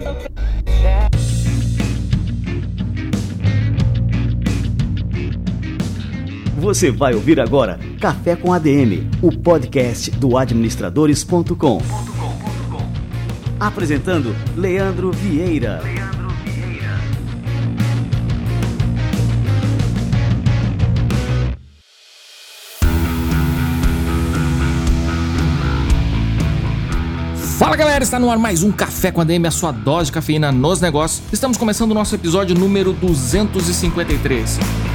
Você vai ouvir agora Café com ADM, o podcast do administradores.com. Apresentando Leandro Vieira. Fala galera, está no ar mais um Café com ADM, a sua dose de cafeína nos negócios. Estamos começando o nosso episódio número 253.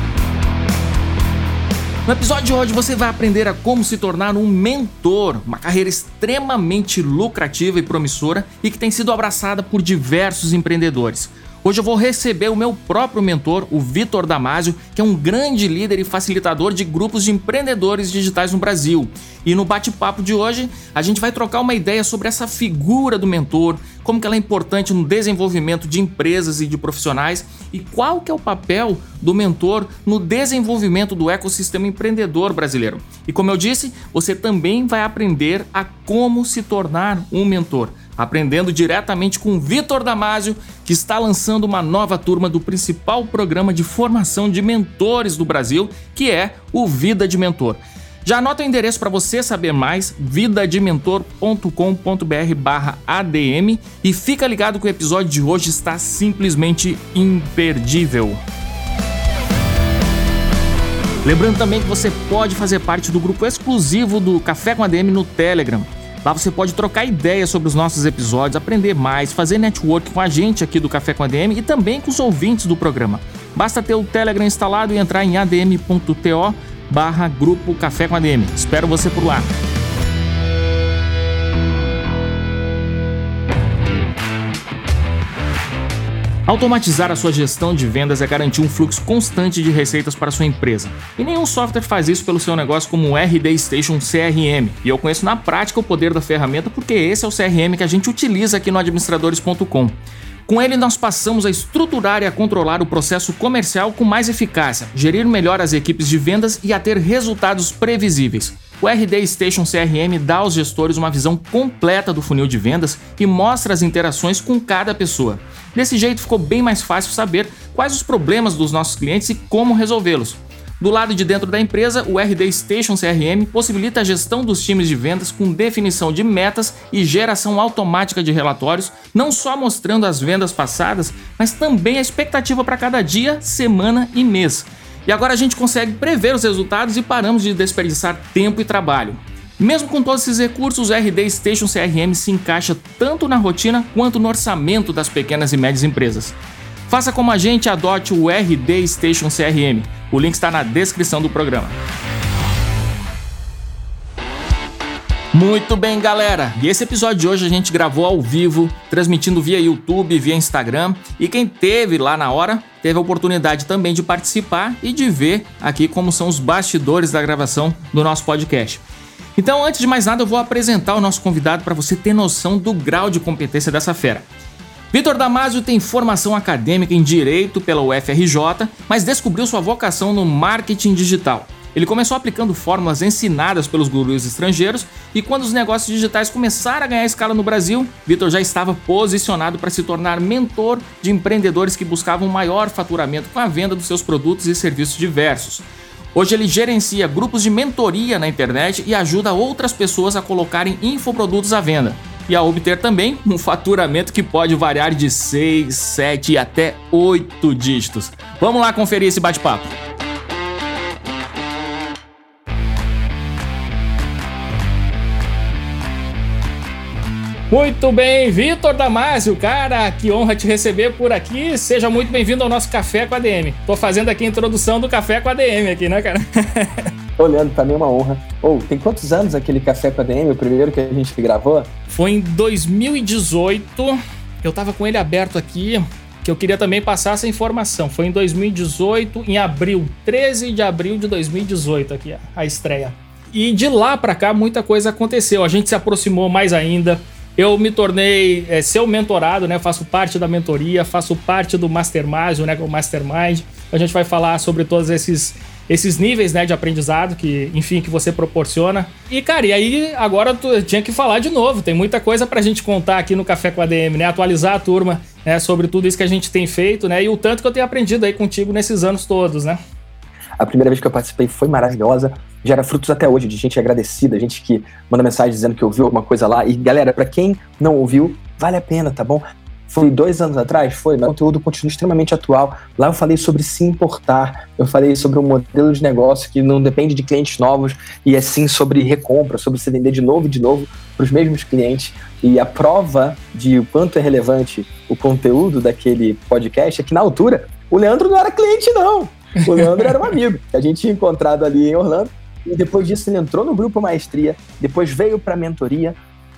No episódio de hoje você vai aprender a como se tornar um mentor, uma carreira extremamente lucrativa e promissora e que tem sido abraçada por diversos empreendedores. Hoje eu vou receber o meu próprio mentor, o Vitor Damasio, que é um grande líder e facilitador de grupos de empreendedores digitais no Brasil. E no bate-papo de hoje, a gente vai trocar uma ideia sobre essa figura do mentor, como que ela é importante no desenvolvimento de empresas e de profissionais e qual que é o papel do mentor no desenvolvimento do ecossistema empreendedor brasileiro. E como eu disse, você também vai aprender a como se tornar um mentor, aprendendo diretamente com o Vitor Damasio, que está lançando uma nova turma do principal programa de formação de mentores do Brasil, que é o Vida de Mentor. Já anota o endereço para você saber mais, vidadementor.com.br/ADM, e fica ligado que o episódio de hoje está simplesmente imperdível. Lembrando também que você pode fazer parte do grupo exclusivo do Café com ADM no Telegram. Lá você pode trocar ideias sobre os nossos episódios, aprender mais, fazer network com a gente aqui do Café com ADM e também com os ouvintes do programa. Basta ter o Telegram instalado e entrar em adm.to/grupo Café com ADM. Espero você por lá. Automatizar a sua gestão de vendas é garantir um fluxo constante de receitas para a sua empresa. E nenhum software faz isso pelo seu negócio como o RD Station CRM. E eu conheço na prática o poder da ferramenta porque esse é o CRM que a gente utiliza aqui no administradores.com. Com ele, nós passamos a estruturar e a controlar o processo comercial com mais eficácia, gerir melhor as equipes de vendas e a ter resultados previsíveis. O RD Station CRM dá aos gestores uma visão completa do funil de vendas e mostra as interações com cada pessoa. Desse jeito, ficou bem mais fácil saber quais os problemas dos nossos clientes e como resolvê-los. Do lado de dentro da empresa, o RD Station CRM possibilita a gestão dos times de vendas com definição de metas e geração automática de relatórios, não só mostrando as vendas passadas, mas também a expectativa para cada dia, semana e mês. E agora a gente consegue prever os resultados e paramos de desperdiçar tempo e trabalho. Mesmo com todos esses recursos, o RD Station CRM se encaixa tanto na rotina quanto no orçamento das pequenas e médias empresas. Faça como a gente, adote o RD Station CRM. O link está na descrição do programa. Muito bem, galera! E esse episódio de hoje a gente gravou ao vivo, transmitindo via YouTube, via Instagram. E quem teve lá na hora, teve a oportunidade também de participar e de ver aqui como são os bastidores da gravação do nosso podcast. Então, antes de mais nada, eu vou apresentar o nosso convidado para você ter noção do grau de competência dessa fera. Vitor Damasio tem formação acadêmica em Direito pela UFRJ, mas descobriu sua vocação no marketing digital. Ele começou aplicando fórmulas ensinadas pelos gurus estrangeiros e quando os negócios digitais começaram a ganhar escala no Brasil, Vitor já estava posicionado para se tornar mentor de empreendedores que buscavam maior faturamento com a venda dos seus produtos e serviços diversos. Hoje ele gerencia grupos de mentoria na internet e ajuda outras pessoas a colocarem infoprodutos à venda e a obter também um faturamento que pode variar de 6, 7 e até 8 dígitos. Vamos lá conferir esse bate-papo. Muito bem, Vitor Damasio, cara, que honra te receber por aqui. Seja muito bem-vindo ao nosso Café com ADM. Tô fazendo aqui a introdução do Café com ADM aqui, né, cara? Olhando, pra mim é uma honra. Tem quantos anos aquele Café com ADM, o primeiro que a gente gravou? Foi em 2018, eu tava com ele aberto aqui, que eu queria também passar essa informação. Foi em 2018, em abril, 13 de abril de 2018 aqui, a estreia. E de lá pra cá muita coisa aconteceu, a gente se aproximou mais ainda. Eu me tornei seu mentorado, né? Faço parte da mentoria, faço parte do Mastermind, né? O Mastermind. A gente vai falar sobre todos esses esses níveis, né, de aprendizado que, enfim, que você proporciona. E, cara, e aí agora tu tinha que falar de novo, tem muita coisa pra gente contar aqui no Café com a ADM, né, atualizar a turma, né, sobre tudo isso que a gente tem feito, né, e o tanto que eu tenho aprendido aí contigo nesses anos todos, né. A primeira vez que eu participei foi maravilhosa, gera frutos até hoje, de gente agradecida, gente que manda mensagem dizendo que ouviu alguma coisa lá. E galera, pra quem não ouviu, vale a pena, tá bom? Foi 2 anos atrás? Foi, mas o conteúdo continua extremamente atual. Lá eu falei sobre se importar, eu falei sobre um modelo de negócio que não depende de clientes novos, e é sim sobre recompra, sobre se vender de novo para os mesmos clientes. E a prova de o quanto é relevante o conteúdo daquele podcast é que na altura o Leandro não era cliente, não. O Leandro era um amigo que a gente tinha encontrado ali em Orlando, e depois disso ele entrou no grupo Maestria, depois veio para a mentoria,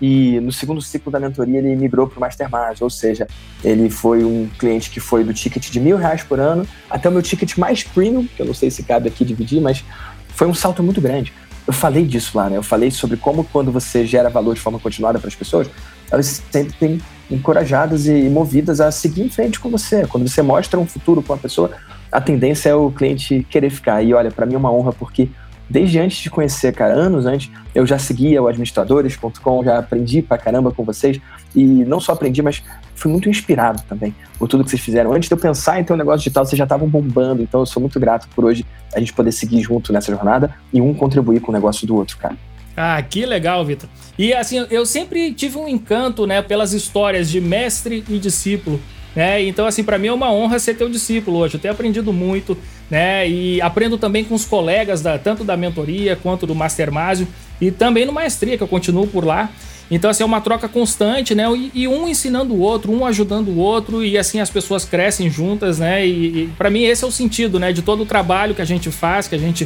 e no segundo ciclo da mentoria ele migrou para o Mastermind, ou seja, ele foi um cliente que foi do ticket de R$1.000 por ano até o meu ticket mais premium, que eu não sei se cabe aqui dividir, mas foi um salto muito grande. Eu falei disso lá, né? Eu falei sobre como quando você gera valor de forma continuada para as pessoas, elas se sentem encorajadas e movidas a seguir em frente com você. Quando você mostra um futuro com a pessoa, a tendência é o cliente querer ficar. E olha, para mim é uma honra, porque desde antes de conhecer, cara, anos antes, eu já seguia o administradores.com, já aprendi pra caramba com vocês, e não só aprendi, mas fui muito inspirado também por tudo que vocês fizeram. Antes de eu pensar em ter um negócio digital, vocês já estavam bombando, então eu sou muito grato por hoje a gente poder seguir junto nessa jornada e um contribuir com o negócio do outro, cara. Ah, que legal, Vitor. E assim, eu sempre tive um encanto, né, pelas histórias de mestre e discípulo, né? Então, assim, para mim é uma honra ser teu discípulo hoje. Eu tenho aprendido muito, né? E aprendo também com os colegas tanto da mentoria quanto do Mastermind e também no Maestria, que eu continuo por lá. Então, assim, é uma troca constante, né? E um ensinando o outro, um ajudando o outro, e assim as pessoas crescem juntas, né? E para mim esse é o sentido, né? De todo o trabalho que a gente faz, que a gente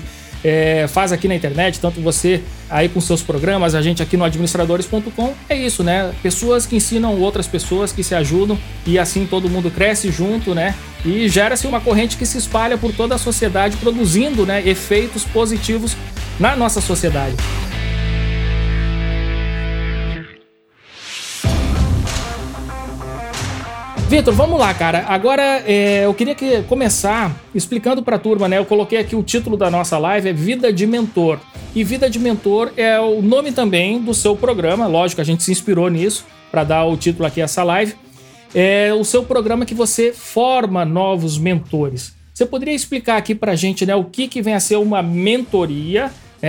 faz aqui na internet, tanto você aí com seus programas, a gente aqui no administradores.com, é isso, né? Pessoas que ensinam outras pessoas, que se ajudam, e assim todo mundo cresce junto, né? E gera-se uma corrente que se espalha por toda a sociedade, produzindo, né, efeitos positivos na nossa sociedade. Vitor, vamos lá, cara. Agora eu queria começar explicando para a turma, né? Eu coloquei aqui o título da nossa live, é Vida de Mentor. E Vida de Mentor é o nome também do seu programa. Lógico, a gente se inspirou nisso para dar o título aqui a essa live. É o seu programa que você forma novos mentores. Você poderia explicar aqui para a gente, né, o que vem a ser uma mentoria,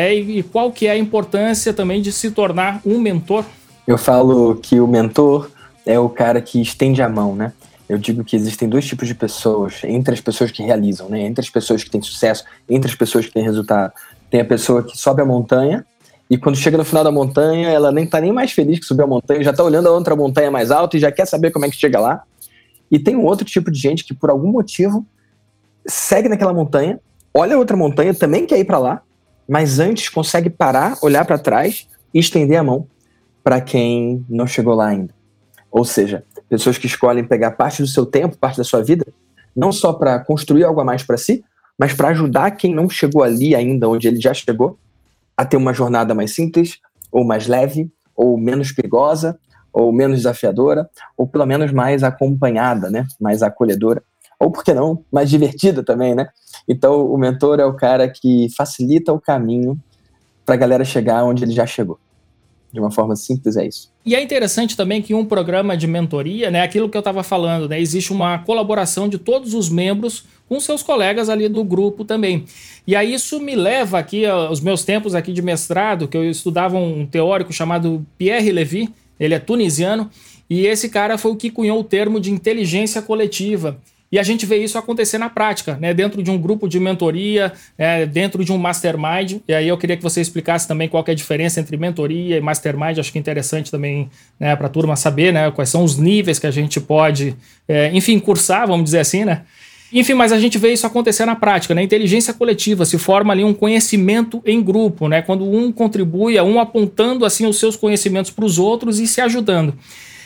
e qual que é a importância também de se tornar um mentor? Eu falo que o mentor é o cara que estende a mão, né? Eu digo que existem 2 tipos de pessoas, entre as pessoas que realizam, né? Entre as pessoas que têm sucesso, entre as pessoas que têm resultado. Tem a pessoa que sobe a montanha e quando chega no final da montanha, ela nem tá nem mais feliz que subiu a montanha, já tá olhando a outra montanha mais alta e já quer saber como é que chega lá. E tem um outro tipo de gente que por algum motivo segue naquela montanha, olha a outra montanha, também quer ir para lá, mas antes consegue parar, olhar para trás e estender a mão para quem não chegou lá ainda. Ou seja, pessoas que escolhem pegar parte do seu tempo, parte da sua vida, não só para construir algo a mais para si, mas para ajudar quem não chegou ali ainda, onde ele já chegou, a ter uma jornada mais simples, ou mais leve, ou menos perigosa, ou menos desafiadora, ou pelo menos mais acompanhada, né? Mais acolhedora. Ou, por que não, mais divertida também, né? Então, o mentor é o cara que facilita o caminho para a galera chegar onde ele já chegou. De uma forma simples, é isso. E é interessante também que um programa de mentoria, né, aquilo que eu estava falando, né, existe uma colaboração de todos os membros com seus colegas ali do grupo também. E aí isso me leva aqui aos meus tempos aqui de mestrado, que eu estudava um teórico chamado Pierre Levy, ele é tunisiano, e esse cara foi o que cunhou o termo de inteligência coletiva. E a gente vê isso acontecer na prática, né? Dentro de um grupo de mentoria, dentro de um mastermind. E aí eu queria que você explicasse também qual que é a diferença entre mentoria e mastermind. Acho que é interessante também, né, para a turma saber, né, quais são os níveis que a gente pode, enfim, cursar, vamos dizer assim, né? Enfim, mas a gente vê isso acontecer na prática, né? Inteligência coletiva, se forma ali um conhecimento em grupo, né? Quando um contribui, um apontando assim os seus conhecimentos para os outros e se ajudando.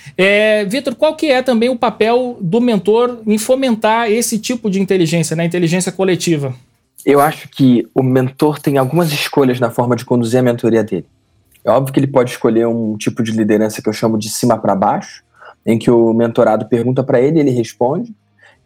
Vitor, qual que é também o papel do mentor em fomentar esse tipo de inteligência, né? Inteligência coletiva? Eu acho que o mentor tem algumas escolhas na forma de conduzir a mentoria dele. É óbvio que ele pode escolher um tipo de liderança que eu chamo de cima para baixo, em que o mentorado pergunta para ele, ele responde,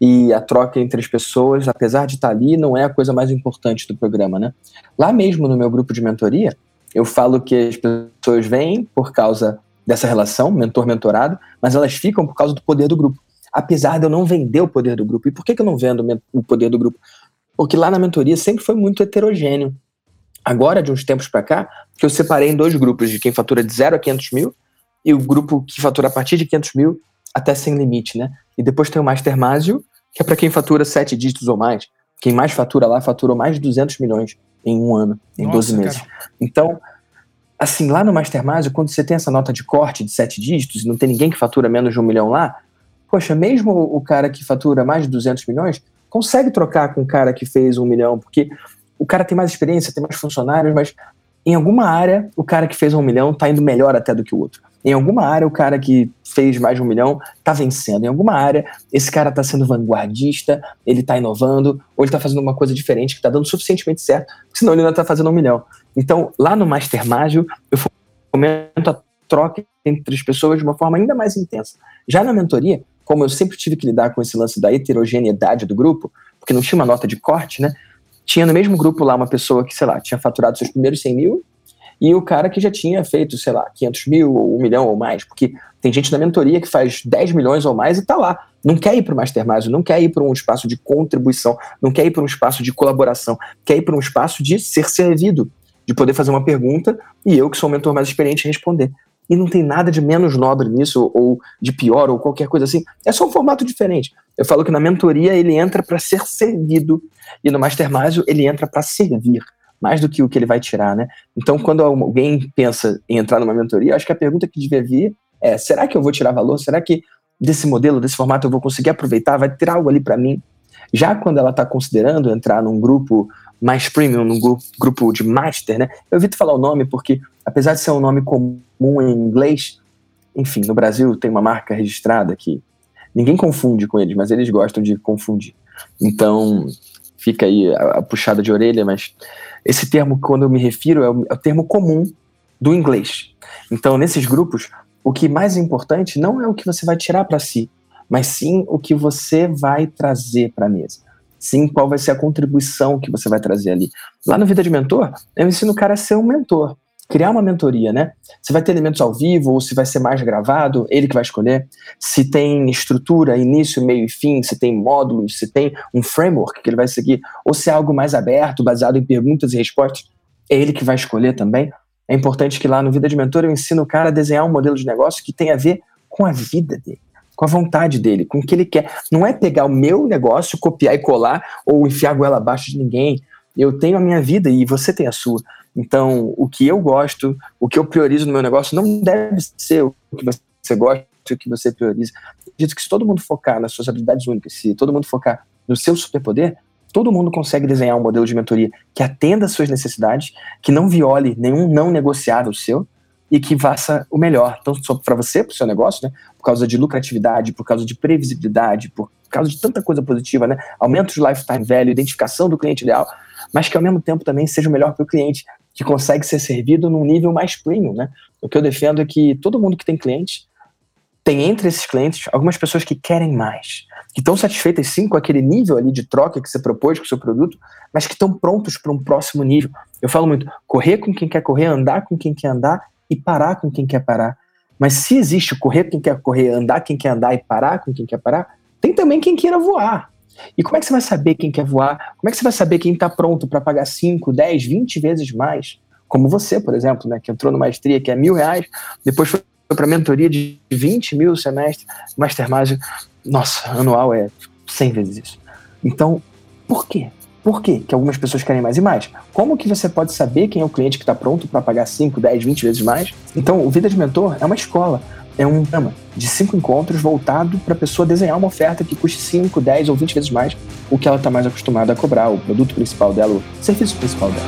e a troca entre as pessoas, apesar de estar ali, não é a coisa mais importante do programa, né? Lá mesmo no meu grupo de mentoria, eu falo que as pessoas vêm por causa dessa relação, mentor-mentorado, mas elas ficam por causa do poder do grupo. Apesar de eu não vender o poder do grupo. E por que eu não vendo o poder do grupo? Porque lá na mentoria sempre foi muito heterogêneo. Agora, de uns tempos para cá, que eu separei em 2 grupos, de quem fatura de 0 a 500 mil e o grupo que fatura a partir de 500 mil até sem limite, né? E depois tem o Master Másio, que é para quem fatura 7 dígitos ou mais. Quem mais fatura lá, faturou mais de 200 milhões em um ano, em 12 meses. Cara. Então, assim, lá no Master Másio, quando você tem essa nota de corte de 7 dígitos e não tem ninguém que fatura menos de 1 milhão lá, poxa, mesmo o cara que fatura mais de 200 milhões consegue trocar com o cara que fez 1 milhão, porque o cara tem mais experiência, tem mais funcionários, mas em alguma área o cara que fez 1 milhão tá indo melhor até do que o outro. Em alguma área o cara que fez mais de 1 milhão tá vencendo. Em alguma área esse cara tá sendo vanguardista, ele tá inovando, ou ele tá fazendo uma coisa diferente que tá dando suficientemente certo, senão ele não tá fazendo 1 milhão. Então, lá no Master Másio, eu fomento a troca entre as pessoas de uma forma ainda mais intensa. Já na mentoria, como eu sempre tive que lidar com esse lance da heterogeneidade do grupo, porque não tinha uma nota de corte, né? Tinha no mesmo grupo lá uma pessoa que, sei lá, tinha faturado seus primeiros 100 mil e o cara que já tinha feito, sei lá, 500 mil ou 1 milhão ou mais, porque tem gente na mentoria que faz 10 milhões ou mais e tá lá. Não quer ir para o Master Másio, não quer ir para um espaço de contribuição, não quer ir para um espaço de colaboração, quer ir para um espaço de ser servido, de poder fazer uma pergunta e eu, que sou o mentor mais experiente, responder. E não tem nada de menos nobre nisso, ou de pior, ou qualquer coisa assim. É só um formato diferente. Eu falo que na mentoria ele entra para ser servido, e no Master Másio ele entra para servir, mais do que o que ele vai tirar, né? Então, quando alguém pensa em entrar numa mentoria, acho que a pergunta que devia vir é, será que eu vou tirar valor? Será que desse modelo, desse formato eu vou conseguir aproveitar? Vai ter algo ali para mim? Já quando ela está considerando entrar num grupo mais premium, num grupo de master, né? Eu evito falar o nome porque, apesar de ser um nome comum em inglês, enfim, no Brasil tem uma marca registrada que ninguém confunde com eles, mas eles gostam de confundir. Então, fica aí a puxada de orelha, mas esse termo, quando eu me refiro, é o termo comum do inglês. Então, nesses grupos, o que mais é importante não é o que você vai tirar para si, mas sim o que você vai trazer para a mesa. Sim, qual vai ser a contribuição que você vai trazer ali. Lá no Vida de Mentor, eu ensino o cara a ser um mentor, criar uma mentoria, né? Se vai ter elementos ao vivo ou se vai ser mais gravado, ele que vai escolher. Se tem estrutura, início, meio e fim, se tem módulos, se tem um framework que ele vai seguir, ou se é algo mais aberto, baseado em perguntas e respostas, é ele que vai escolher também. É importante que lá no Vida de Mentor eu ensino o cara a desenhar um modelo de negócio que tenha a ver com a vida dele, com a vontade dele, com o que ele quer. Não é pegar o meu negócio, copiar e colar ou enfiar a goela abaixo de ninguém. Eu tenho a minha vida e você tem a sua. Então, o que eu gosto, o que eu priorizo no meu negócio não deve ser o que você gosta, o que você prioriza. Eu acredito que se todo mundo focar nas suas habilidades únicas, se todo mundo focar no seu superpoder, todo mundo consegue desenhar um modelo de mentoria que atenda às suas necessidades, que não viole nenhum não negociável seu e que faça o melhor, tanto para você, para o seu negócio, né, por causa de lucratividade, por causa de previsibilidade, por causa de tanta coisa positiva, né, aumento de lifetime value, identificação do cliente ideal, mas que ao mesmo tempo também seja o melhor para o cliente, que consegue ser servido num nível mais premium, né? O que eu defendo é que todo mundo que tem cliente, tem entre esses clientes algumas pessoas que querem mais, que estão satisfeitas sim com aquele nível ali de troca que você propôs com o seu produto, mas que estão prontos para um próximo nível. Eu falo muito, correr com quem quer correr, andar com quem quer andar e parar com quem quer parar. Mas se existe correr com quem quer correr, andar com quem quer andar e parar com quem quer parar, tem também quem queira voar. E como é que você vai saber quem quer voar? Como é que você vai saber quem está pronto para pagar 5, 10, 20 vezes mais? Como você, por exemplo, né, que entrou no Maestria, que é R$1.000, depois foi para mentoria de 20 mil semestre, Master Másio, nossa, anual é 100 vezes isso. Então, por quê? Por quê que algumas pessoas querem mais e mais? Como que você pode saber quem é o cliente que está pronto para pagar 5, 10, 20 vezes mais? Então, o Vida de Mentor é uma escola, é um programa de 5 encontros voltado para a pessoa desenhar uma oferta que custe 5, 10 ou 20 vezes mais o que ela está mais acostumada a cobrar, o produto principal dela, o serviço principal dela.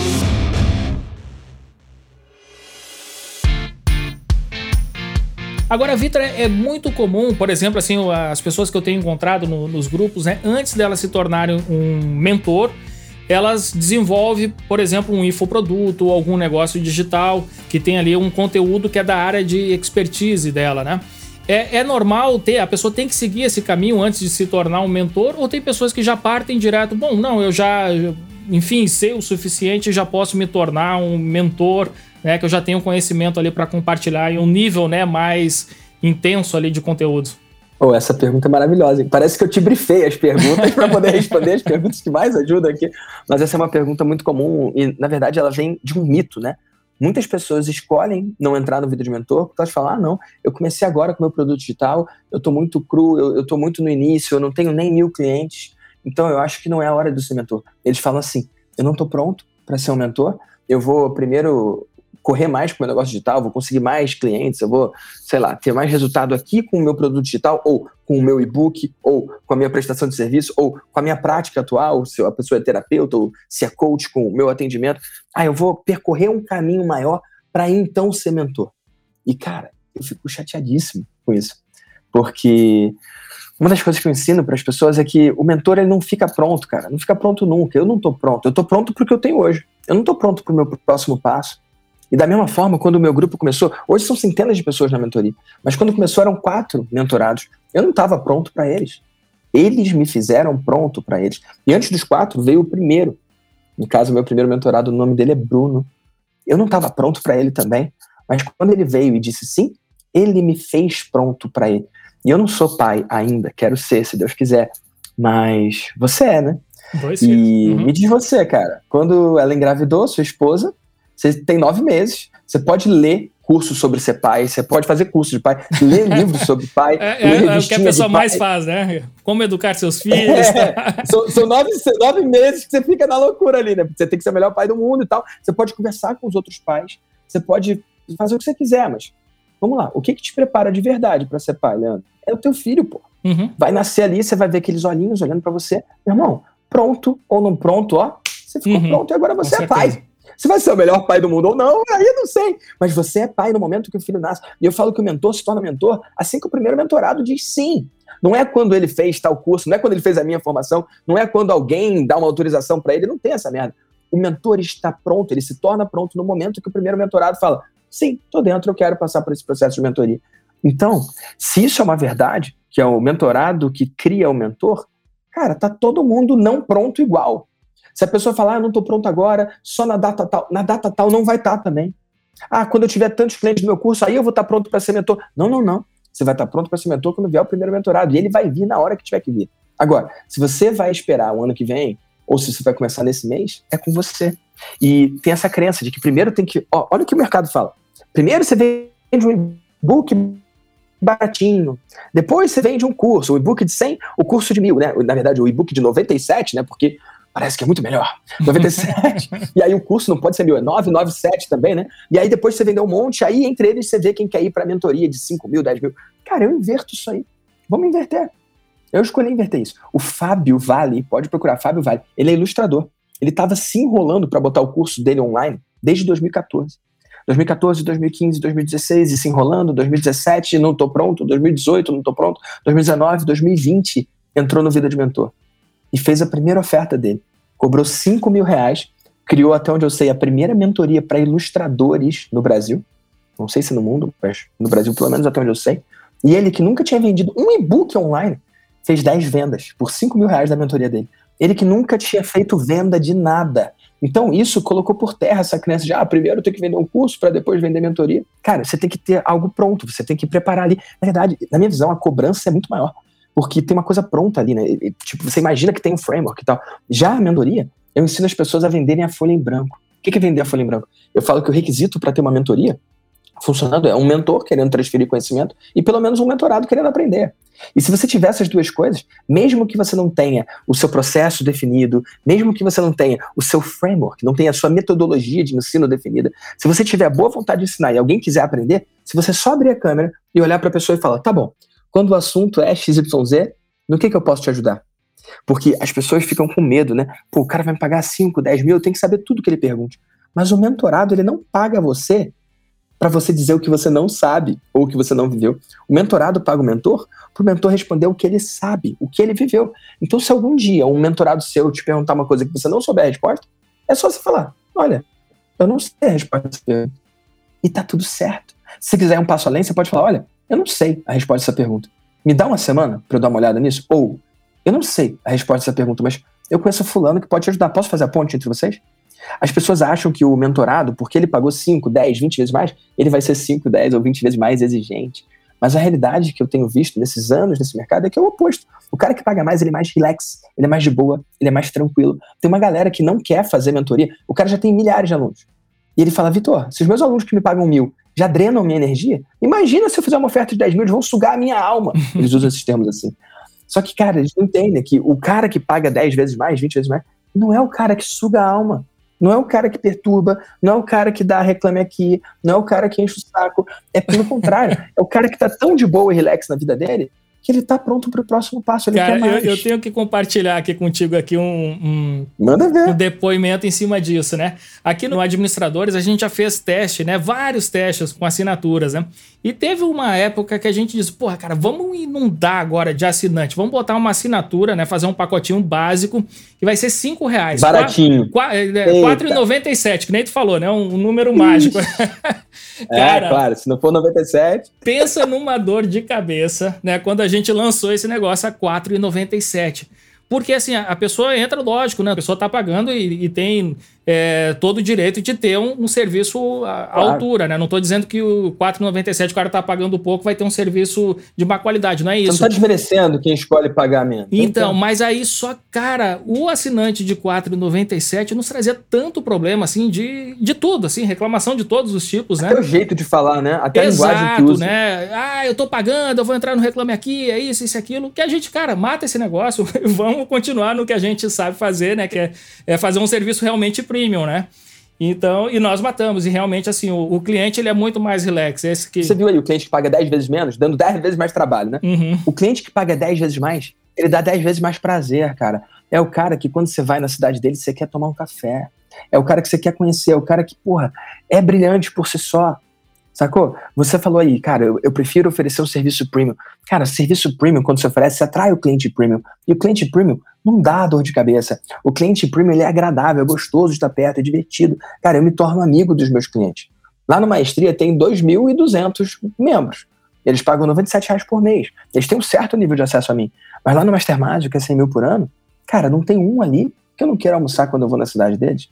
Agora, Vitor, é muito comum, por exemplo, assim, as pessoas que eu tenho encontrado nos grupos, né, antes delas se tornarem um mentor, elas desenvolvem, por exemplo, um infoproduto ou algum negócio digital que tem ali um conteúdo que é da área de expertise dela, né? É normal a pessoa tem que seguir esse caminho antes de se tornar um mentor, ou tem pessoas que já partem direto, bom, não, eu já, enfim, sei o suficiente, já posso me tornar um mentor, né, que eu já tenho conhecimento ali para compartilhar em um nível, né, mais intenso ali de conteúdo. Essa pergunta é maravilhosa, hein? Parece que eu te brifei as perguntas para poder responder as perguntas que mais ajudam aqui, mas essa é uma pergunta muito comum e, na verdade, ela vem de um mito, né? Muitas pessoas escolhem não entrar no Vida de Mentor porque elas falam, não, eu comecei agora com o meu produto digital, eu tô muito cru, eu tô muito no início, eu não tenho nem 1000 clientes, então eu acho que não é a hora de ser mentor. Eles falam assim, eu não tô pronto para ser um mentor, eu vou primeiro correr mais com o meu negócio digital, vou conseguir mais clientes, eu vou, sei lá, ter mais resultado aqui com o meu produto digital, ou com o meu e-book, ou com a minha prestação de serviço, ou com a minha prática atual, se a pessoa é terapeuta, ou se é coach com o meu atendimento. Eu vou percorrer um caminho maior para então ser mentor. E, cara, eu fico chateadíssimo com isso, porque uma das coisas que eu ensino para as pessoas é que o mentor, ele não fica pronto, cara, não fica pronto nunca. Eu não tô pronto, eu tô pronto pro que eu tenho hoje. Eu não tô pronto pro meu próximo passo. E da mesma forma, quando o meu grupo começou, hoje são centenas de pessoas na mentoria, mas quando começou eram 4 mentorados. Eu não estava pronto para eles. Eles me fizeram pronto para eles. E antes dos 4 veio o primeiro. No caso, o meu primeiro mentorado, o nome dele é Bruno. Eu não estava pronto para ele também, mas quando ele veio e disse sim, ele me fez pronto para ele. E eu não sou pai ainda, quero ser, se Deus quiser, mas você é, né? E me diz você, cara, quando ela engravidou, sua esposa, você tem 9 meses, você pode ler curso sobre ser pai, você pode fazer curso de pai, ler livros sobre pai. É o que a pessoa mais faz, né? Como educar seus filhos. São 9 meses que você fica na loucura ali, né? Você tem que ser o melhor pai do mundo e tal. Você pode conversar com os outros pais, você pode fazer o que você quiser, mas vamos lá, o que te prepara de verdade para ser pai, Leandro? É o teu filho, pô. Uhum. Vai nascer ali, você vai ver aqueles olhinhos olhando para você. Meu irmão, pronto ou não pronto, ó, você ficou pronto e agora você é pai. Você vai ser o melhor pai do mundo ou não, aí eu não sei. Mas você é pai no momento que o filho nasce. E eu falo que o mentor se torna mentor assim que o primeiro mentorado diz sim. Não é quando ele fez tal curso, não é quando ele fez a minha formação, não é quando alguém dá uma autorização para ele, não tem essa merda. O mentor está pronto, ele se torna pronto no momento que o primeiro mentorado fala, sim, tô dentro, eu quero passar por esse processo de mentoria. Então, se isso é uma verdade, que é o mentorado que cria o mentor, cara, tá todo mundo não pronto igual. Se a pessoa falar, não estou pronto agora, só na data tal não vai estar também. Quando eu tiver tantos clientes no meu curso, aí eu vou estar pronto para ser mentor. Não. Você vai estar pronto para ser mentor quando vier o primeiro mentorado. E ele vai vir na hora que tiver que vir. Agora, se você vai esperar o ano que vem, ou se você vai começar nesse mês, é com você. E tem essa crença de que primeiro tem que... olha o que o mercado fala. Primeiro você vende um e-book baratinho. Depois você vende um curso. O e-book de 100, o curso de 1000, né? Na verdade, o e-book de 97, né? Porque... parece que é muito melhor. 97. E aí o curso não pode ser 1.000, é 997 também, né? E aí depois você vendeu um monte, aí entre eles você vê quem quer ir pra mentoria de 5.000, 10.000. Cara, eu inverto isso aí. Vamos inverter. Eu escolhi inverter isso. O Fábio Vale, pode procurar, Fábio Vale, ele é ilustrador. Ele tava se enrolando para botar o curso dele online desde 2014. 2014, 2015, 2016 e se enrolando, 2017 não tô pronto, 2018 não tô pronto, 2019, 2020 entrou no Vida de Mentor. E fez a primeira oferta dele. Cobrou R$5.000, criou, até onde eu sei, a primeira mentoria para ilustradores no Brasil. Não sei se no mundo, mas no Brasil, pelo menos até onde eu sei. E ele, que nunca tinha vendido um e-book online, fez 10 vendas por R$5.000 da mentoria dele. Ele que nunca tinha feito venda de nada. Então, isso colocou por terra essa crença de, primeiro eu tenho que vender um curso para depois vender mentoria. Cara, você tem que ter algo pronto, você tem que preparar ali. Na verdade, na minha visão, a cobrança é muito maior. Porque tem uma coisa pronta ali, né? Tipo, você imagina que tem um framework e tal. Já a mentoria, eu ensino as pessoas a venderem a folha em branco. O que é vender a folha em branco? Eu falo que o requisito para ter uma mentoria funcionando é um mentor querendo transferir conhecimento e pelo menos um mentorado querendo aprender. E se você tiver essas duas coisas, mesmo que você não tenha o seu processo definido, mesmo que você não tenha o seu framework, não tenha a sua metodologia de ensino definida, se você tiver boa vontade de ensinar e alguém quiser aprender, se você só abrir a câmera e olhar para a pessoa e falar, tá bom, quando o assunto é XYZ, no que eu posso te ajudar? Porque as pessoas ficam com medo, né? Pô, o cara vai me pagar 5, 10 mil, eu tenho que saber tudo que ele pergunte. Mas o mentorado, ele não paga você para você dizer o que você não sabe ou o que você não viveu. O mentorado paga o mentor para o mentor responder o que ele sabe, o que ele viveu. Então, se algum dia um mentorado seu te perguntar uma coisa que você não souber a resposta, é só você falar, olha, eu não sei a resposta dessa pergunta. E tá tudo certo. Se quiser ir um passo além, você pode falar, olha, eu não sei a resposta dessa pergunta. Me dá uma semana para eu dar uma olhada nisso? Ou, eu não sei a resposta dessa pergunta, mas eu conheço fulano que pode te ajudar. Posso fazer a ponte entre vocês? As pessoas acham que o mentorado, porque ele pagou 5, 10, 20 vezes mais, ele vai ser 5, 10 ou 20 vezes mais exigente. Mas a realidade que eu tenho visto nesses anos nesse mercado é que é o oposto. O cara que paga mais, ele é mais relax, ele é mais de boa, ele é mais tranquilo. Tem uma galera que não quer fazer mentoria, o cara já tem milhares de alunos. E ele fala, Vitor, se os meus alunos que me pagam 1.000 já drenam minha energia, imagina se eu fizer uma oferta de 10 mil, eles vão sugar a minha alma. Eles usam esses termos assim. Só que, cara, eles não entendem que o cara que paga 10 vezes mais, 20 vezes mais, não é o cara que suga a alma. Não é o cara que perturba, não é o cara que dá reclame aqui, não é o cara que enche o saco. É pelo contrário. É o cara que tá tão de boa e relax na vida dele que ele tá pronto pro próximo passo. Ele cara, quer mais. Eu tenho que compartilhar aqui contigo aqui Manda ver. um depoimento em cima disso, né? Aqui no Administradores a gente já fez teste, né? Vários testes com assinaturas, né? E teve uma época que a gente disse, porra, cara, vamos inundar agora de assinante. Vamos botar uma assinatura, né? Fazer um pacotinho básico que vai ser R$5. Baratinho. R$4,97, que nem tu falou, né? Um número mágico. Cara, claro, se não for 97... Pensa numa dor de cabeça, né? Quando a gente lançou esse negócio a R$4,97. Porque assim, a pessoa entra, lógico, né? A pessoa tá pagando e tem todo o direito de ter um serviço à altura, né? Não tô dizendo que o R$4,97 o cara tá pagando pouco, vai ter um serviço de má qualidade, não é isso? Você não tá desmerecendo quem escolhe pagar menos. Então, mas aí só, cara, o assinante de R$4,97 nos trazia tanto problema, assim, de tudo, assim, reclamação de todos os tipos, né? Até o jeito de falar, né? Até a linguagem que usa. Né? Eu tô pagando, eu vou entrar no Reclame Aqui, é isso, aquilo, que a gente, cara, mata esse negócio, vamos continuar no que a gente sabe fazer, né? Que é fazer um serviço realmente premium, né? Então, e nós matamos. E realmente, assim, o cliente, ele é muito mais relax. Você viu aí o cliente que paga 10 vezes menos, dando 10 vezes mais trabalho, né? Uhum. O cliente que paga 10 vezes mais, ele dá 10 vezes mais prazer, cara. É o cara que, quando você vai na cidade dele, você quer tomar um café. É o cara que você quer conhecer. É o cara que, porra, é brilhante por si só. Sacou? Você falou aí, cara, eu prefiro oferecer um serviço premium. Cara, serviço premium, quando você oferece, você atrai o cliente premium. E o cliente premium não dá dor de cabeça. O cliente premium, ele é agradável, é gostoso de estar perto, é divertido. Cara, eu me torno amigo dos meus clientes. Lá no Maestria tem 2.200 membros. Eles pagam R$97 por mês. Eles têm um certo nível de acesso a mim. Mas lá no Mastermind, que é 100 mil por ano, cara, não tem um ali que eu não quero almoçar quando eu vou na cidade deles.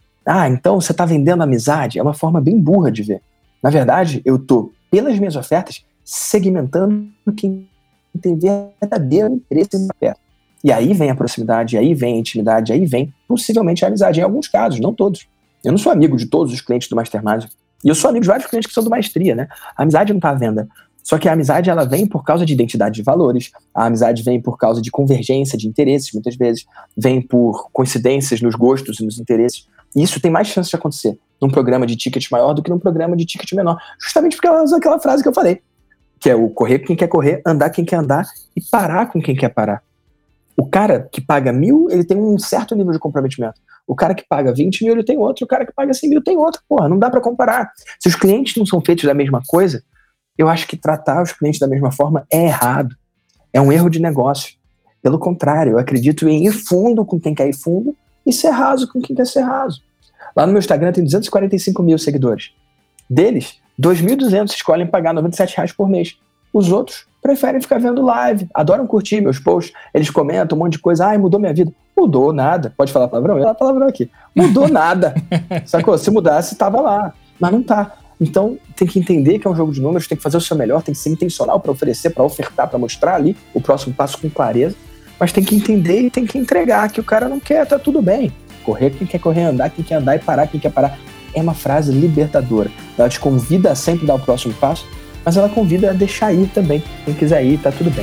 Então você tá vendendo amizade? É uma forma bem burra de ver. Na verdade, eu tô, pelas minhas ofertas, segmentando quem tem verdadeiro interesse na oferta. E aí vem a proximidade, aí vem a intimidade, aí vem possivelmente a amizade. Em alguns casos, não todos. Eu não sou amigo de todos os clientes do Mastermind. E eu sou amigo de vários clientes que são do Maestria, né? A amizade não tá à venda. Só que a amizade, ela vem por causa de identidade de valores. A amizade vem por causa de convergência de interesses, muitas vezes. Vem por coincidências nos gostos e nos interesses. E isso tem mais chance de acontecer num programa de ticket maior do que num programa de ticket menor. Justamente porque ela usa aquela frase que eu falei, que é o correr com quem quer correr, andar quem quer andar e parar com quem quer parar. O cara que paga 1.000, ele tem um certo nível de comprometimento. O cara que paga 20 mil, ele tem outro. O cara que paga 100 mil tem outro. Porra, não dá pra comparar. Se os clientes não são feitos da mesma coisa, eu acho que tratar os clientes da mesma forma é errado. É um erro de negócio. Pelo contrário, eu acredito em ir fundo com quem quer ir fundo e ser raso com quem quer ser raso. Lá no meu Instagram tem 245 mil seguidores. Deles, 2.200 escolhem pagar R$97 por mês. Os outros preferem ficar vendo live, adoram curtir meus posts, eles comentam um monte de coisa. Mudou minha vida. Mudou nada. Pode falar palavrão? Eu falo palavrão aqui. Mudou nada. Sacou? Se mudasse, tava lá. Mas não tá. Então, tem que entender que é um jogo de números, tem que fazer o seu melhor, tem que ser intencional para oferecer, para ofertar, para mostrar ali o próximo passo com clareza. Mas tem que entender e tem que entregar que o cara não quer, tá tudo bem. Correr quem quer correr, andar quem quer andar e parar quem quer parar. É uma frase libertadora. Ela te convida a sempre dar o próximo passo, mas ela convida a deixar ir também. Quem quiser ir, tá tudo bem.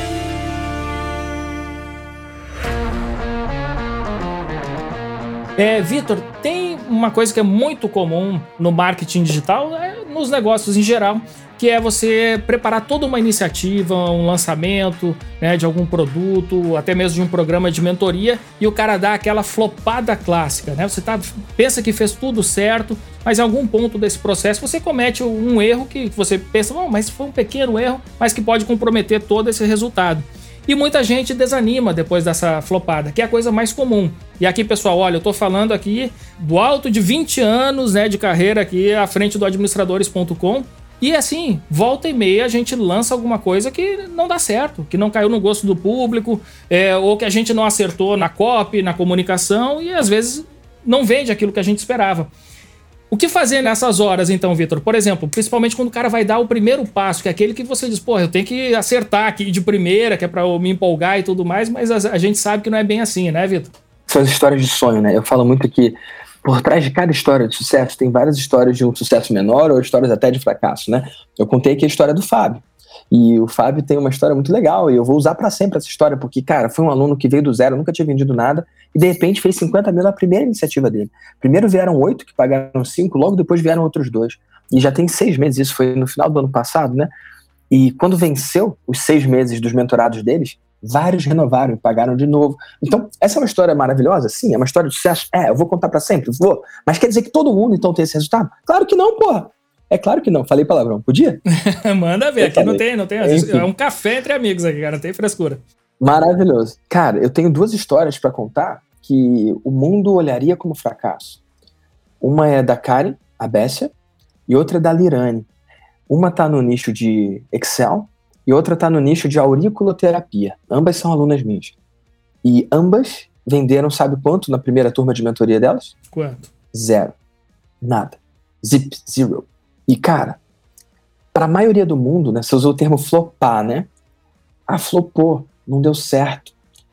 Vitor, tem uma coisa que é muito comum no marketing digital, nos negócios em geral, que é você preparar toda uma iniciativa, um lançamento, né, de algum produto, até mesmo de um programa de mentoria, e o cara dá aquela flopada clássica, né? Você pensa que fez tudo certo, mas em algum ponto desse processo você comete um erro que você pensa, mas foi um pequeno erro, mas que pode comprometer todo esse resultado. E muita gente desanima depois dessa flopada, que é a coisa mais comum. E aqui, pessoal, olha, eu tô falando aqui do alto de 20 anos, né, de carreira aqui à frente do administradores.com, E assim, volta e meia a gente lança alguma coisa que não dá certo, que não caiu no gosto do público, ou que a gente não acertou na copy, na comunicação, e às vezes não vende aquilo que a gente esperava. O que fazer nessas horas, então, Vitor? Por exemplo, principalmente quando o cara vai dar o primeiro passo, que é aquele que você diz, pô, eu tenho que acertar aqui de primeira, que é pra eu me empolgar e tudo mais, mas a gente sabe que não é bem assim, né, Vitor? São as histórias de sonho, né? Eu falo muito que por trás de cada história de sucesso tem várias histórias de um sucesso menor ou histórias até de fracasso, né? Eu contei aqui a história do Fábio. E o Fábio tem uma história muito legal e eu vou usar pra sempre essa história, porque, cara, foi um aluno que veio do zero, nunca tinha vendido nada e de repente fez 50 mil na primeira iniciativa dele. Primeiro vieram 8 que pagaram 5, logo depois vieram outros 2. E já tem 6 meses, isso foi no final do ano passado, né? E quando venceu os 6 meses dos mentorados deles, vários renovaram e pagaram de novo. Então, essa é uma história maravilhosa? Sim. É uma história de sucesso? Eu vou contar pra sempre? Vou. Mas quer dizer que todo mundo, então, tem esse resultado? Claro que não, porra. É claro que não. Falei palavrão. Podia? Manda ver. Aqui não tem. É um café entre amigos aqui, cara. Não tem frescura. Maravilhoso. Cara, eu tenho 2 histórias pra contar que o mundo olharia como fracasso. Uma é da Karen, a Bessia, e outra é da Lirane. Uma tá no nicho de Excel e outra tá no nicho de auriculoterapia. Ambas são alunas minhas. E ambas venderam, sabe quanto na primeira turma de mentoria delas? Quanto? 0. Nada. Zero. E, cara, para a maioria do mundo, né, você usou o termo flopar, né? Flopou, não deu certo.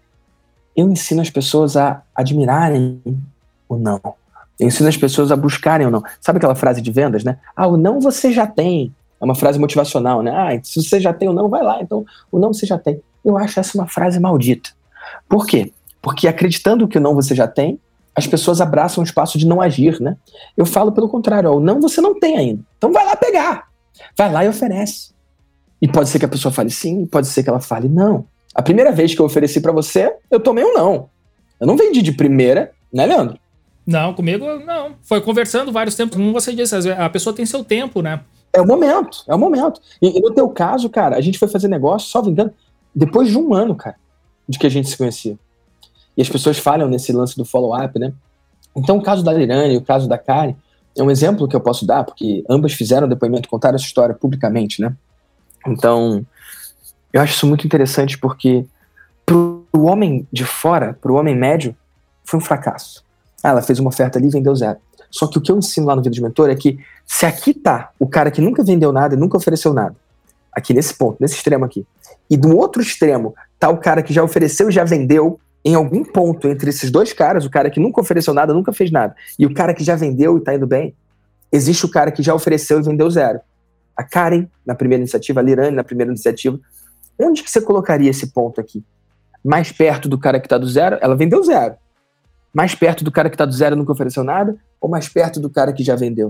Eu ensino as pessoas a admirarem o não. Eu ensino as pessoas a buscarem o não. Sabe aquela frase de vendas, né? O não você já tem. É uma frase motivacional, né? Se você já tem o não, vai lá. Então, o não você já tem. Eu acho essa uma frase maldita. Por quê? Porque acreditando que o não você já tem, as pessoas abraçam o espaço de não agir, né? Eu falo pelo contrário, o não você não tem ainda. Então vai lá pegar. Vai lá e oferece. E pode ser que a pessoa fale sim, pode ser que ela fale não. A primeira vez que eu ofereci pra você, eu tomei um não. Eu não vendi de primeira, né, Leandro? Não, comigo não. Foi conversando vários tempos. Como você disse, a pessoa tem seu tempo, né? É o momento. E no teu caso, cara, a gente foi fazer negócio, só vingando, depois de 1 ano, cara, de que a gente se conhecia. E as pessoas falham nesse lance do follow-up, né? Então o caso da Lirane e o caso da Karen é um exemplo que eu posso dar, porque ambas fizeram depoimento, contaram essa história publicamente, né? Então, eu acho isso muito interessante porque pro homem de fora, pro homem médio, foi um fracasso. Ela fez uma oferta ali e vendeu 0. Só que o que eu ensino lá no Vida de Mentor é que se aqui tá o cara que nunca vendeu nada e nunca ofereceu nada, aqui nesse ponto, nesse extremo aqui, e do outro extremo tá o cara que já ofereceu e já vendeu, em algum ponto entre esses 2 caras, o cara que nunca ofereceu nada, nunca fez nada, e o cara que já vendeu e tá indo bem, existe o cara que já ofereceu e vendeu 0. A Karen na primeira iniciativa, a Lirane na primeira iniciativa. Onde que você colocaria esse ponto aqui? Mais perto do cara que tá do 0, ela vendeu 0. Mais perto do cara que tá do 0 e nunca ofereceu nada, ou mais perto do cara que já vendeu?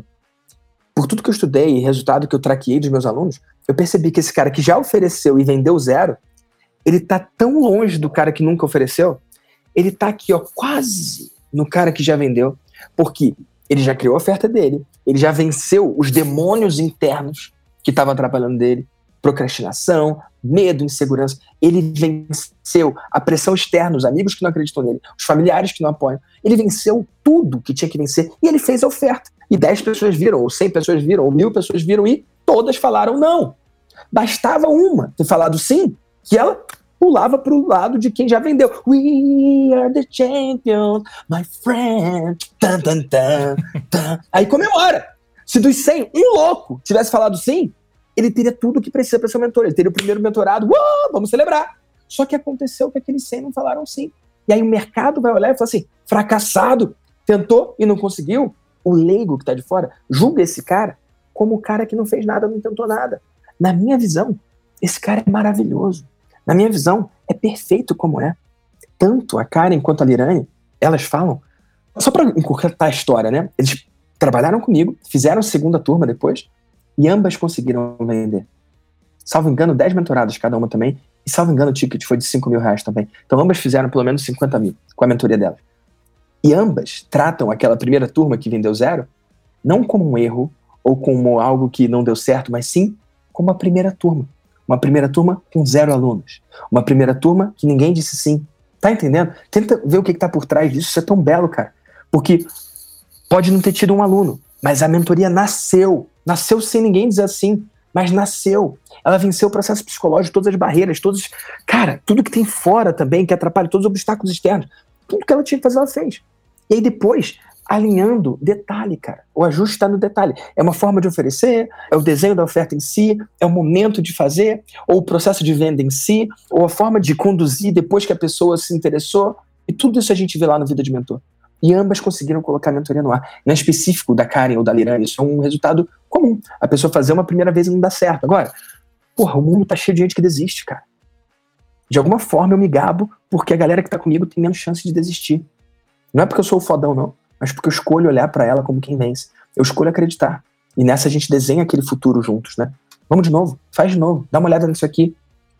Por tudo que eu estudei e resultado que eu traqueei dos meus alunos, eu percebi que esse cara que já ofereceu e vendeu 0, ele tá tão longe do cara que nunca ofereceu, ele tá aqui, ó, quase no cara que já vendeu, porque ele já criou a oferta dele, ele já venceu os demônios internos que estavam atrapalhando dele, procrastinação, medo, insegurança. Ele venceu a pressão externa, os amigos que não acreditam nele, os familiares que não apoiam. Ele venceu tudo que tinha que vencer e ele fez a oferta. E 10 pessoas viram, ou 100 pessoas viram, ou 1000 pessoas viram e todas falaram não. Bastava uma ter falado sim, que ela pulava pro lado de quem já vendeu. We are the champions, my friend. Tan, tan, tan, tan. Aí comemora. Se dos 100, um louco tivesse falado sim, ele teria tudo o que precisa para ser um mentor. Ele teria o primeiro mentorado. Vamos celebrar. Só que aconteceu que aqueles 100 não falaram sim. E aí o mercado vai olhar e falar assim, fracassado, tentou e não conseguiu. O leigo que está de fora julga esse cara como o cara que não fez nada, não tentou nada. Na minha visão, esse cara é maravilhoso. Na minha visão, é perfeito como é. Tanto a Karen quanto a Lirane, elas falam, só para encurtar a história, né? Eles trabalharam comigo, fizeram segunda turma depois, e ambas conseguiram vender. Salvo engano, 10 mentoradas cada uma também, e salvo engano o ticket foi de R$5.000 também. Então ambas fizeram pelo menos 50 mil com a mentoria delas. E ambas tratam aquela primeira turma que vendeu 0, não como um erro, ou como algo que não deu certo, mas sim como a primeira turma. Uma primeira turma com 0 alunos. Uma primeira turma que ninguém disse sim. Tá entendendo? Tenta ver o que tá por trás disso. Isso é tão belo, cara. Porque pode não ter tido um aluno, Mas a mentoria nasceu sem ninguém dizer assim, mas nasceu. Ela venceu o processo psicológico, todas as barreiras, cara, tudo que tem fora também, que atrapalha, todos os obstáculos externos, tudo que ela tinha que fazer, ela fez. E aí depois, alinhando detalhe, cara. O ajuste está no detalhe. É uma forma de oferecer, é o desenho da oferta em si, é o momento de fazer, ou o processo de venda em si, ou a forma de conduzir depois que a pessoa se interessou. E tudo isso a gente vê lá no Vida de Mentor. E ambas conseguiram colocar a mentoria no ar. Não é específico da Karen ou da Lirane, isso é um resultado comum. A pessoa fazer uma primeira vez e não dá certo. Agora, o mundo tá cheio de gente que desiste, cara. De alguma forma eu me gabo porque a galera que tá comigo tem menos chance de desistir. Não é porque eu sou o fodão, não, mas porque eu escolho olhar pra ela como quem vence. Eu escolho acreditar. E nessa a gente desenha aquele futuro juntos, né? Vamos de novo, faz de novo, dá uma olhada nisso aqui.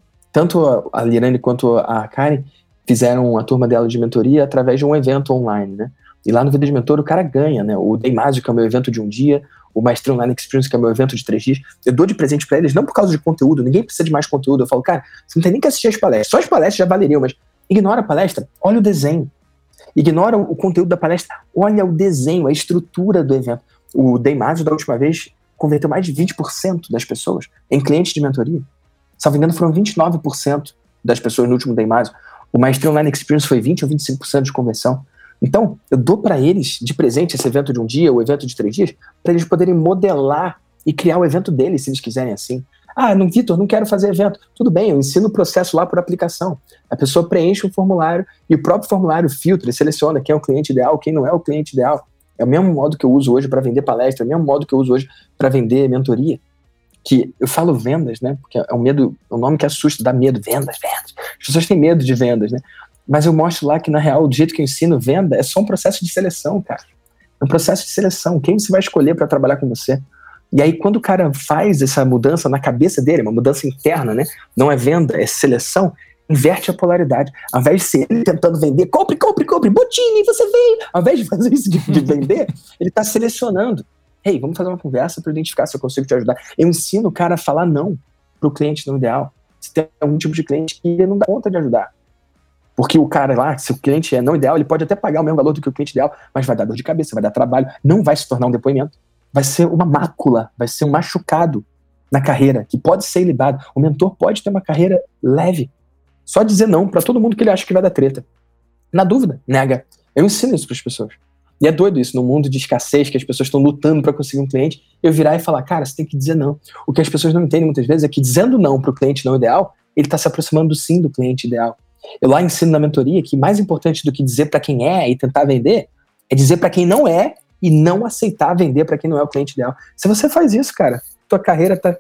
Tanto a Lirane quanto a Karen fizeram a turma dela de mentoria através de um evento online, né? E lá no Vida de Mentor o cara ganha, né? O Day Mágico, que é o meu evento de um dia, o Maestria Online Experience, que é o meu evento de 3 dias. Eu dou de presente pra eles, não por causa de conteúdo, ninguém precisa de mais conteúdo. Eu falo, cara, você não tem nem que assistir as palestras. Só as palestras já valeriam, mas ignora a palestra, olha o desenho. Ignora o conteúdo da palestra, olha o desenho, a estrutura do evento. O Day Mágico, da última vez, converteu mais de 20% das pessoas em clientes de mentoria. Salvo engano, foram 29% das pessoas no último Day Mágico. O Maestria Online Experience foi 20% ou 25% de conversão. Então, eu dou para eles de presente esse evento de um dia, o evento de 3 dias, para eles poderem modelar e criar o evento deles, se eles quiserem assim. Ah, Vitor, não quero fazer evento. Tudo bem, eu ensino o processo lá por aplicação. A pessoa preenche um formulário e o próprio formulário filtra e seleciona quem é o cliente ideal, quem não é o cliente ideal. É o mesmo modo que eu uso hoje para vender palestra, é o mesmo modo que eu uso hoje para vender mentoria. Que eu falo vendas, né? Porque é um nome que assusta, dá medo. Vendas. As pessoas têm medo de vendas, né? Mas eu mostro lá que, na real, do jeito que eu ensino venda, é só um processo de seleção, cara. É um processo de seleção. Quem você vai escolher para trabalhar com você? E aí, quando o cara faz essa mudança na cabeça dele, uma mudança interna, né? Não é venda, é seleção, inverte a polaridade. Ao invés de ser ele tentando vender, compre, Botini, você veio. Ao invés de fazer isso de vender, ele está selecionando. Hey, vamos fazer uma conversa para identificar se eu consigo te ajudar. Eu ensino o cara a falar não para o cliente não ideal. Se tem algum tipo de cliente que ele não dá conta de ajudar. Porque o cara lá, se o cliente é não ideal, ele pode até pagar o mesmo valor do que o cliente ideal, mas vai dar dor de cabeça, vai dar trabalho, não vai se tornar um depoimento. Vai ser uma mácula, vai ser um machucado na carreira, que pode ser ilibado. O mentor pode ter uma carreira leve. Só dizer não para todo mundo que ele acha que vai dar treta. Na dúvida, nega. Eu ensino isso para as pessoas. E é doido isso, no mundo de escassez, que as pessoas estão lutando para conseguir um cliente, eu virar e falar, cara, você tem que dizer não. O que as pessoas não entendem muitas vezes é que dizendo não para o cliente não ideal, ele está se aproximando do sim do cliente ideal. Eu lá ensino na mentoria que mais importante do que dizer para quem é e tentar vender, é dizer para quem não é e não aceitar vender para quem não é o cliente ideal. Se você faz isso, cara, tua carreira está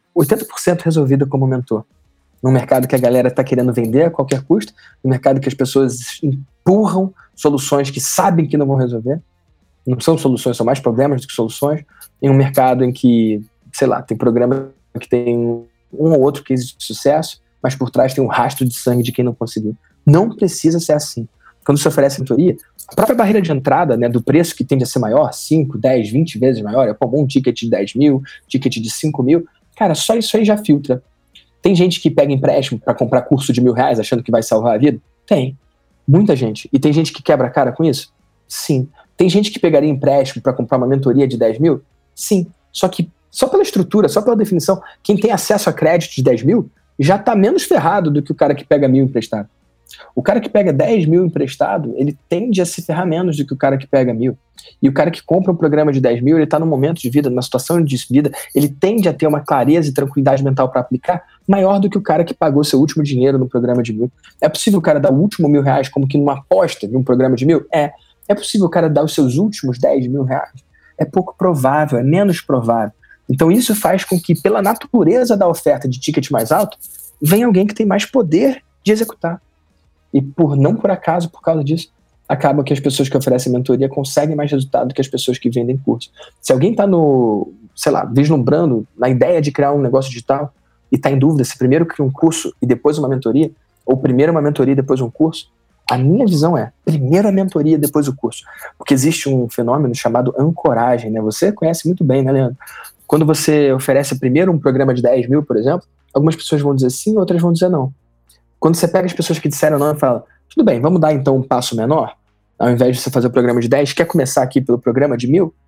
80% resolvida como mentor. Num mercado que a galera está querendo vender a qualquer custo, no mercado que as pessoas empurram soluções que sabem que não vão resolver, não são soluções, são mais problemas do que soluções, em um mercado em que, sei lá, tem programa que tem um ou outro case de sucesso, mas por trás tem um rastro de sangue de quem não conseguiu. Não precisa ser assim. Quando você oferece mentoria, a própria barreira de entrada, né, do preço que tende a ser maior, 5, 10, 20 vezes maior, é como um ticket de 10 mil, ticket de 5 mil, cara, só isso aí já filtra. Tem gente que pega empréstimo para comprar curso de R$1.000 achando que vai salvar a vida? Tem. Muita gente. E tem gente que quebra a cara com isso? Sim. Tem gente que pegaria empréstimo para comprar uma mentoria de 10 mil? Sim. Só que, só pela estrutura, só pela definição, quem tem acesso a crédito de 10 mil já está menos ferrado do que o cara que pega 1.000 emprestado. O cara que pega 10 mil emprestado, ele tende a se ferrar menos do que o cara que pega 1.000. E o cara que compra um programa de 10 mil, ele está num momento de vida, numa situação de vida, ele tende a ter uma clareza e tranquilidade mental para aplicar maior do que o cara que pagou seu último dinheiro no programa de 1.000. É possível o cara dar o último R$1.000 como que numa aposta de um programa de 1.000? É possível o cara dar os seus últimos 10 mil reais? É pouco provável, é menos provável. Então isso faz com que, pela natureza da oferta de ticket mais alto, venha alguém que tem mais poder de executar. E não por acaso, por causa disso, acaba que as pessoas que oferecem mentoria conseguem mais resultado do que as pessoas que vendem curso. Se alguém está vislumbrando na ideia de criar um negócio digital e está em dúvida se primeiro cria um curso e depois uma mentoria, ou primeiro uma mentoria e depois um curso, a minha visão é primeiro a mentoria e depois o curso. Porque existe um fenômeno chamado ancoragem, né? Você conhece muito bem, né, Leandro? Quando você oferece primeiro um programa de 10 mil, por exemplo, algumas pessoas vão dizer sim, outras vão dizer não. Quando você pega as pessoas que disseram não e fala, tudo bem, vamos dar então um passo menor? Ao invés de você fazer o programa de 10, quer começar aqui pelo programa de 1.000?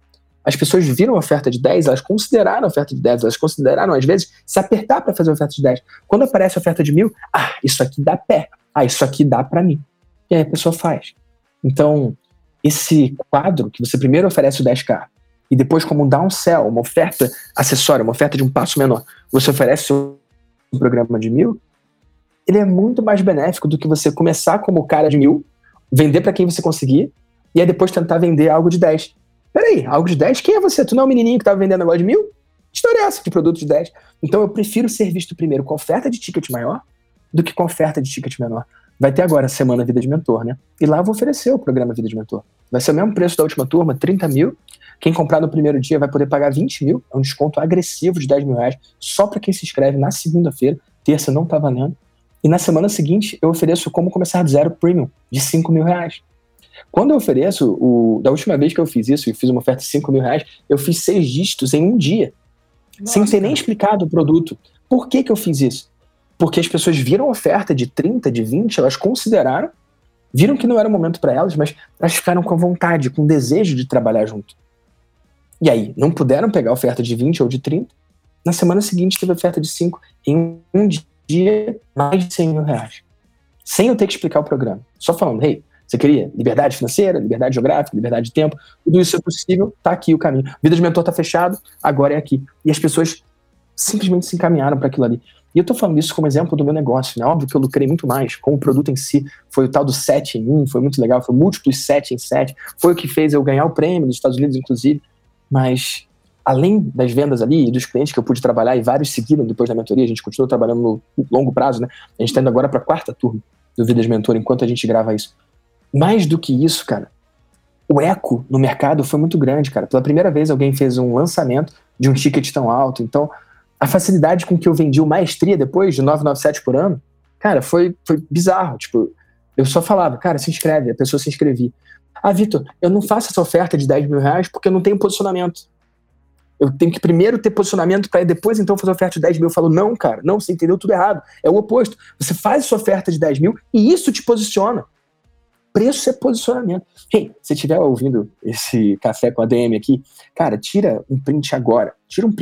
As pessoas viram a oferta de 10, elas consideraram a oferta de 10, elas consideraram, às vezes, se apertar para fazer a oferta de 10. Quando aparece a oferta de 1.000, isso aqui dá pé. Isso aqui dá para mim. E aí a pessoa faz. Então, esse quadro que você primeiro oferece o 10K e depois, como um downsell, uma oferta acessória, uma oferta de um passo menor, você oferece um programa de 1.000, ele é muito mais benéfico do que você começar como cara de 1.000, vender para quem você conseguir, e aí depois tentar vender algo de 10. Peraí, algo de 10? Quem é você? Tu não é um menininho que tava vendendo negócio de 1.000? Que história é essa de produto de 10? Então eu prefiro ser visto primeiro com oferta de ticket maior do que com oferta de ticket menor. Vai ter agora a semana Vida de Mentor, né? E lá eu vou oferecer o programa Vida de Mentor. Vai ser o mesmo preço da última turma, 30.000. Quem comprar no primeiro dia vai poder pagar 20.000. É um desconto agressivo de 10 mil reais só para quem se inscreve na segunda-feira. Terça não tá valendo. E na semana seguinte eu ofereço como começar do zero premium de 5 mil reais. Quando eu ofereço, da última vez que eu fiz isso e fiz uma oferta de 5 mil reais, eu fiz 6 dígitos em um dia. Nossa, sem ter nem explicado o produto. Por que eu fiz isso? Porque as pessoas viram a oferta de 30, de 20, elas consideraram, viram que não era o momento para elas, mas elas ficaram com vontade, com desejo de trabalhar junto. E aí, não puderam pegar a oferta de 20 ou de 30, na semana seguinte teve a oferta de 5, em um dia, mais de 100 mil reais. Sem eu ter que explicar o programa. Só falando, hey, você queria liberdade financeira, liberdade geográfica, liberdade de tempo, tudo isso é possível, tá aqui o caminho. Vida de Mentor tá fechado, agora é aqui. E as pessoas simplesmente se encaminharam para aquilo ali. E eu tô falando isso como exemplo do meu negócio, né? Óbvio que eu lucrei muito mais com o produto em si. Foi o tal do 7 em 1, foi muito legal, foi múltiplos 7 em 7. Foi o que fez eu ganhar o prêmio dos Estados Unidos, inclusive. Mas, além das vendas ali e dos clientes que eu pude trabalhar, e vários seguiram depois da mentoria, a gente continua trabalhando no longo prazo, né? A gente tá indo agora para a 4ª turma do Vida de Mentor, enquanto a gente grava isso. Mais do que isso, cara, o eco no mercado foi muito grande, cara. Pela primeira vez alguém fez um lançamento de um ticket tão alto. Então, a facilidade com que eu vendi o Maestria depois de 997 por ano, cara, foi bizarro. Tipo, eu só falava, cara, se inscreve. A pessoa se inscrevia. Vitor, eu não faço essa oferta de 10 mil reais porque eu não tenho posicionamento. Eu tenho que primeiro ter posicionamento para depois então fazer a oferta de 10 mil. Eu falo, não, cara, não, você entendeu tudo errado. É o oposto. Você faz a sua oferta de 10 mil e isso te posiciona. Preço é posicionamento. Hey, se estiver ouvindo esse café com a ADM aqui, cara, tira um print agora.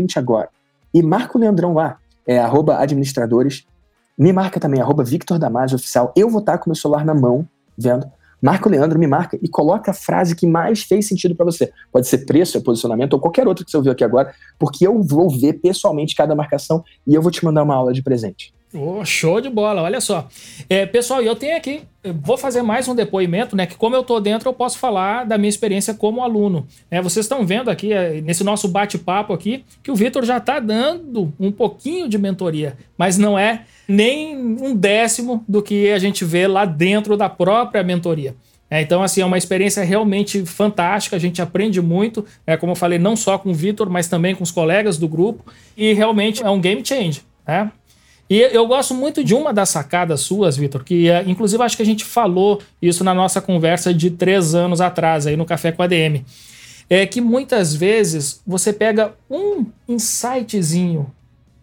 E marca o Leandrão lá, @administradores. Me marca também, @Victor Damasio Oficial. Eu vou estar com o meu celular na mão, vendo. Marca o Leandro, me marca e coloca a frase que mais fez sentido para você. Pode ser preço, posicionamento ou qualquer outro que você ouviu aqui agora, porque eu vou ver pessoalmente cada marcação e eu vou te mandar uma aula de presente. Show de bola, olha só. Pessoal, eu tenho aqui, eu vou fazer mais um depoimento, né? Que como eu tô dentro, eu posso falar da minha experiência como aluno. Vocês estão vendo aqui, nesse nosso bate-papo aqui, que o Vitor já tá dando um pouquinho de mentoria, mas não é nem 1/10 do que a gente vê lá dentro da própria mentoria. Então, assim, é uma experiência realmente fantástica, a gente aprende muito, como eu falei, não só com o Vitor, mas também com os colegas do grupo, e realmente é um game changer, né? E eu gosto muito de uma das sacadas suas, Vitor, que inclusive acho que a gente falou isso na nossa conversa de 3 anos atrás, aí no Café com a ADM. É que muitas vezes você pega um insightzinho,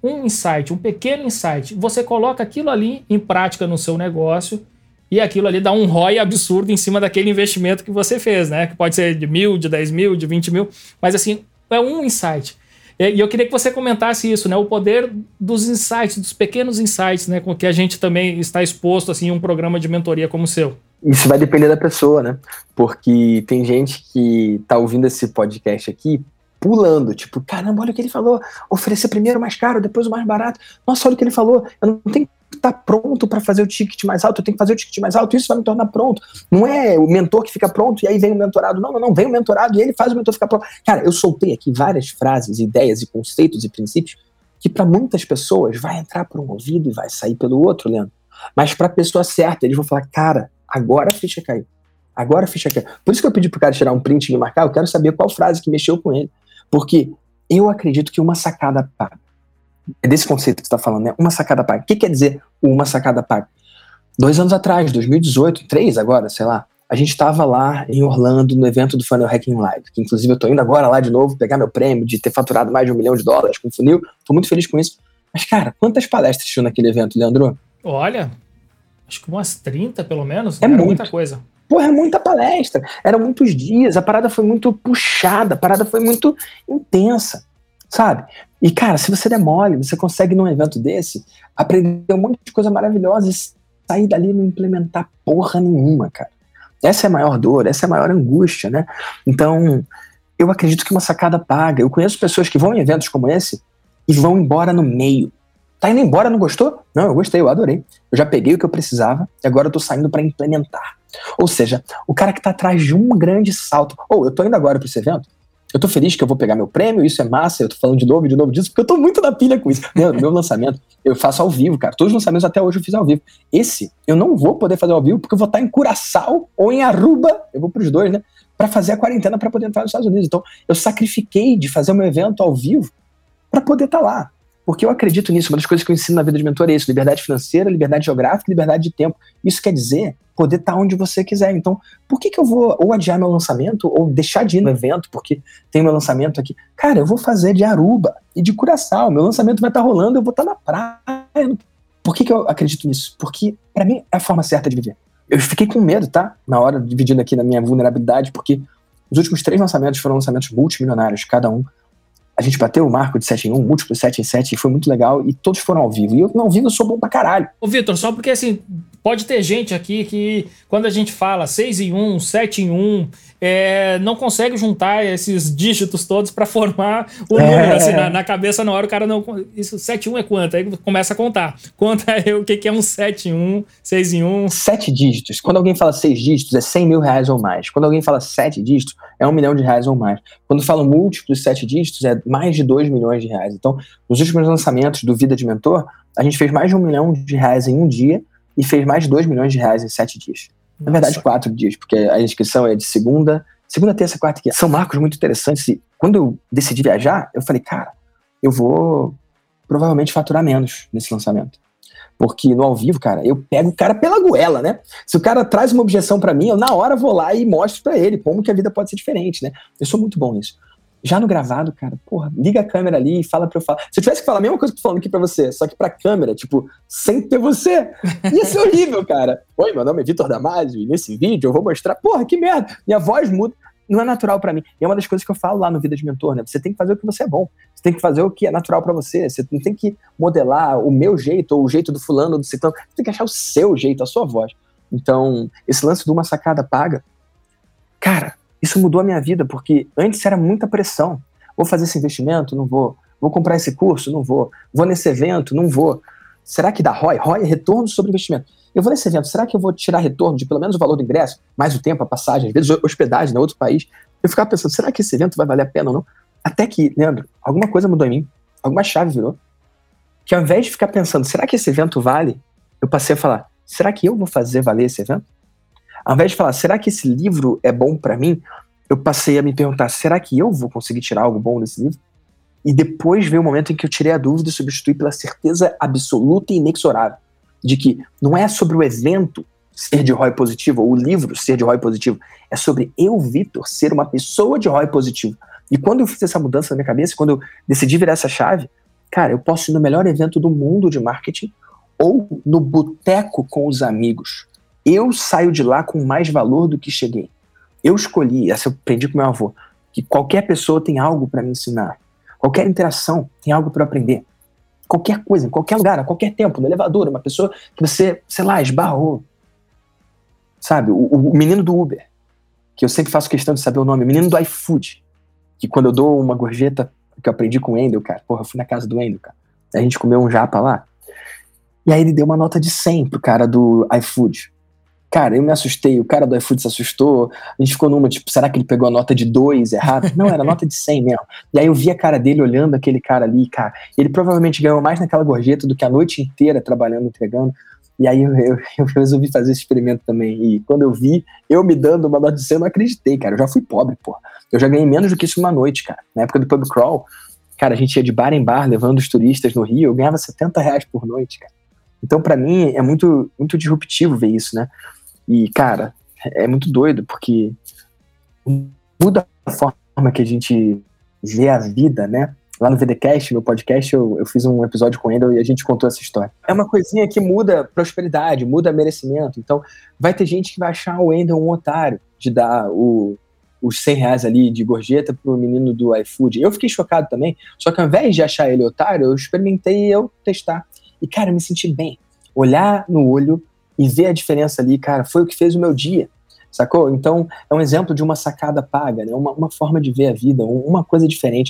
um pequeno insight, você coloca aquilo ali em prática no seu negócio e aquilo ali dá um ROI absurdo em cima daquele investimento que você fez, né? Que pode ser de 1.000, de 10 mil, de 20 mil, mas assim, é um insight. E eu queria que você comentasse isso, né? O poder dos insights, dos pequenos insights, né? Com que a gente também está exposto assim, em um programa de mentoria como o seu. Isso vai depender da pessoa, né? Porque tem gente que tá ouvindo esse podcast aqui pulando, tipo, caramba, olha o que ele falou, oferecer primeiro o mais caro, depois o mais barato. Nossa, olha o que ele falou, eu não tenho que estar pronto para fazer o ticket mais alto, eu tenho que fazer o ticket mais alto, isso vai me tornar pronto. Não é o mentor que fica pronto e aí vem o mentorado. Não, vem o mentorado e ele faz o mentor ficar pronto. Cara, eu soltei aqui várias frases, ideias e conceitos e princípios que para muitas pessoas vai entrar por um ouvido e vai sair pelo outro, Leandro. Mas para a pessoa certa, eles vão falar, cara, agora a ficha caiu. Por isso que eu pedi pro cara tirar um print e me marcar, eu quero saber qual frase que mexeu com ele. Porque eu acredito que uma sacada paga. É desse conceito que você está falando, né? Uma sacada paga. O que quer dizer uma sacada paga? 2 anos atrás, 2018, 3 agora, sei lá, a gente estava lá em Orlando no evento do Funnel Hacking Live, que inclusive eu estou indo agora lá de novo pegar meu prêmio de ter faturado mais de $1 milhão com o funil. Estou muito feliz com isso. Mas, cara, quantas palestras tinham naquele evento, Leandro? Olha, acho que umas 30 pelo menos. É era muito. Muita coisa. Porra, é muita palestra, eram muitos dias, a parada foi muito puxada, a parada foi muito intensa, sabe? E, cara, se você der mole, você consegue num evento desse aprender um monte de coisa maravilhosa e sair dali e não implementar porra nenhuma, cara. Essa é a maior dor, essa é a maior angústia, né? Então, eu acredito que uma sacada paga. Eu conheço pessoas que vão em eventos como esse e vão embora no meio. Tá indo embora, não gostou? Não, eu gostei, eu adorei. Eu já peguei o que eu precisava e agora eu tô saindo pra implementar. Ou seja, o cara que tá atrás de um grande salto. Eu tô indo agora pra esse evento, eu tô feliz que eu vou pegar meu prêmio, isso é massa, eu tô falando de novo disso, porque eu tô muito na pilha com isso. Meu lançamento, eu faço ao vivo, cara. Todos os lançamentos até hoje eu fiz ao vivo. Esse, eu não vou poder fazer ao vivo, porque eu vou estar em Curaçao ou em Aruba, eu vou pros dois, né? Pra fazer a quarentena pra poder entrar nos Estados Unidos. Então, eu sacrifiquei de fazer o meu evento ao vivo pra poder estar lá. Porque eu acredito nisso. Uma das coisas que eu ensino na vida de mentor é isso: liberdade financeira, liberdade geográfica, liberdade de tempo. Isso quer dizer poder estar onde você quiser. Então, por que eu vou ou adiar meu lançamento ou deixar de ir no evento porque tem meu lançamento aqui? Cara, eu vou fazer de Aruba e de Curaçao. Meu lançamento vai estar rolando, eu vou estar na praia. Por que eu acredito nisso? Porque, pra mim, é a forma certa de viver. Eu fiquei com medo, tá? Na hora, dividindo aqui na minha vulnerabilidade, porque os últimos 3 lançamentos foram lançamentos multimilionários, cada um. A gente bateu o marco de 7 em 1, múltiplos 7 em 7, e foi muito legal, e todos foram ao vivo. E eu, ao vivo, eu sou bom pra caralho. Ô, Vitor, só porque, assim, pode ter gente aqui que, quando a gente fala 6 em 1, 7 em 1, não consegue juntar esses dígitos todos pra formar o número, assim, na cabeça, na hora o cara não... Isso, 7 em 1 é quanto? Aí começa a contar. Conta aí o que é um 7 em 1, 6 em 1. 7 dígitos. Quando alguém fala 6 dígitos, é 100 mil reais ou mais. Quando alguém fala 7 dígitos, é R$1 milhão ou mais. Quando falam múltiplos 7 dígitos, é mais de 2 milhões de reais. Então, nos últimos lançamentos do Vida de Mentor, a gente fez mais de R$1 milhão em um dia e fez mais de 2 milhões de reais em 7 dias. Na verdade, 4 dias, porque a inscrição é de segunda, terça, quarta e quinta. São marcos muito interessantes. E quando eu decidi viajar, eu falei, cara, eu vou provavelmente faturar menos nesse lançamento. Porque no ao vivo, cara, eu pego o cara pela goela, né? Se o cara traz uma objeção pra mim, eu na hora vou lá e mostro pra ele como que a vida pode ser diferente, né? Eu sou muito bom nisso. Já no gravado, cara, porra, liga a câmera ali e fala pra eu falar. Se eu tivesse que falar a mesma coisa que eu tô falando aqui pra você, só que pra câmera, tipo, sem ter você, ia ser horrível, cara. Oi, meu nome é Vitor Damasio e nesse vídeo eu vou mostrar, porra, que merda, minha voz muda. Não é natural pra mim. E é uma das coisas que eu falo lá no Vida de Mentor, né? Você tem que fazer o que você é bom. Você tem que fazer o que é natural pra você. Você não tem que modelar o meu jeito ou o jeito do fulano ou do ciclano. Você tem que achar o seu jeito, a sua voz. Então, esse lance de uma sacada paga, cara, isso mudou a minha vida, porque antes era muita pressão. Vou fazer esse investimento? Não vou. Vou comprar esse curso? Não vou. Vou nesse evento? Não vou. Será que dá ROI? ROI é retorno sobre investimento. Eu vou nesse evento, será que eu vou tirar retorno de pelo menos o valor do ingresso, mais o tempo, a passagem, às vezes hospedagem em outro país? Eu ficava pensando, será que esse evento vai valer a pena ou não? Até que, Leandro, alguma coisa mudou em mim, alguma chave virou, que ao invés de ficar pensando, será que esse evento vale? Eu passei a falar, será que eu vou fazer valer esse evento? Ao invés de falar, será que esse livro é bom pra mim? Eu passei a me perguntar, será que eu vou conseguir tirar algo bom desse livro? E depois veio o momento em que eu tirei a dúvida e substituí pela certeza absoluta e inexorável de que não é sobre o evento ser de ROI positivo, ou o livro ser de ROI positivo, é sobre eu, Vitor, ser uma pessoa de ROI positivo. E quando eu fiz essa mudança na minha cabeça, quando eu decidi virar essa chave, cara, eu posso ir no melhor evento do mundo de marketing ou no boteco com os amigos. Eu saio de lá com mais valor do que cheguei. Eu escolhi, essa eu aprendi com meu avô, que qualquer pessoa tem algo para me ensinar. Qualquer interação tem algo para aprender. Qualquer coisa, em qualquer lugar, a qualquer tempo, no elevador, uma pessoa que você, sei lá, esbarrou. Sabe, o menino do Uber, que eu sempre faço questão de saber o nome, o menino do iFood, que quando eu dou uma gorjeta, que eu aprendi com o Wendel, cara, porra, eu fui na casa do Wendel, cara, a gente comeu um japa lá, e aí ele deu uma nota de 100 pro cara do iFood. Cara, eu me assustei, o cara do iFood se assustou, a gente ficou numa, tipo, será que ele pegou a nota de 2 errado? Não, era nota de 100 mesmo. E aí eu vi a cara dele olhando aquele cara ali, cara, ele provavelmente ganhou mais naquela gorjeta do que a noite inteira trabalhando, entregando, e aí eu resolvi fazer esse experimento também, e quando eu vi, eu me dando uma nota de 100, eu não acreditei, cara, eu já fui pobre, porra. Eu já ganhei menos do que isso numa noite, cara. Na época do pub crawl, cara, a gente ia de bar em bar levando os turistas no Rio, eu ganhava R$70 por noite, cara. Então, pra mim, é muito, muito disruptivo ver isso, né? E, cara, é muito doido, porque muda a forma que a gente vê a vida, né? Lá no VDcast, meu podcast, eu fiz um episódio com ele e a gente contou essa história. É uma coisinha que muda prosperidade, muda merecimento. Então, vai ter gente que vai achar o Wendel um otário de dar os 100 reais ali de gorjeta pro menino do iFood. Eu fiquei chocado também, só que ao invés de achar ele otário, eu experimentei eu testar. E, cara, eu me senti bem. Olhar no olho e ver a diferença ali, cara, foi o que fez o meu dia. Sacou? Então, é um exemplo de uma sacada paga, né? Uma forma de ver a vida, uma coisa diferente.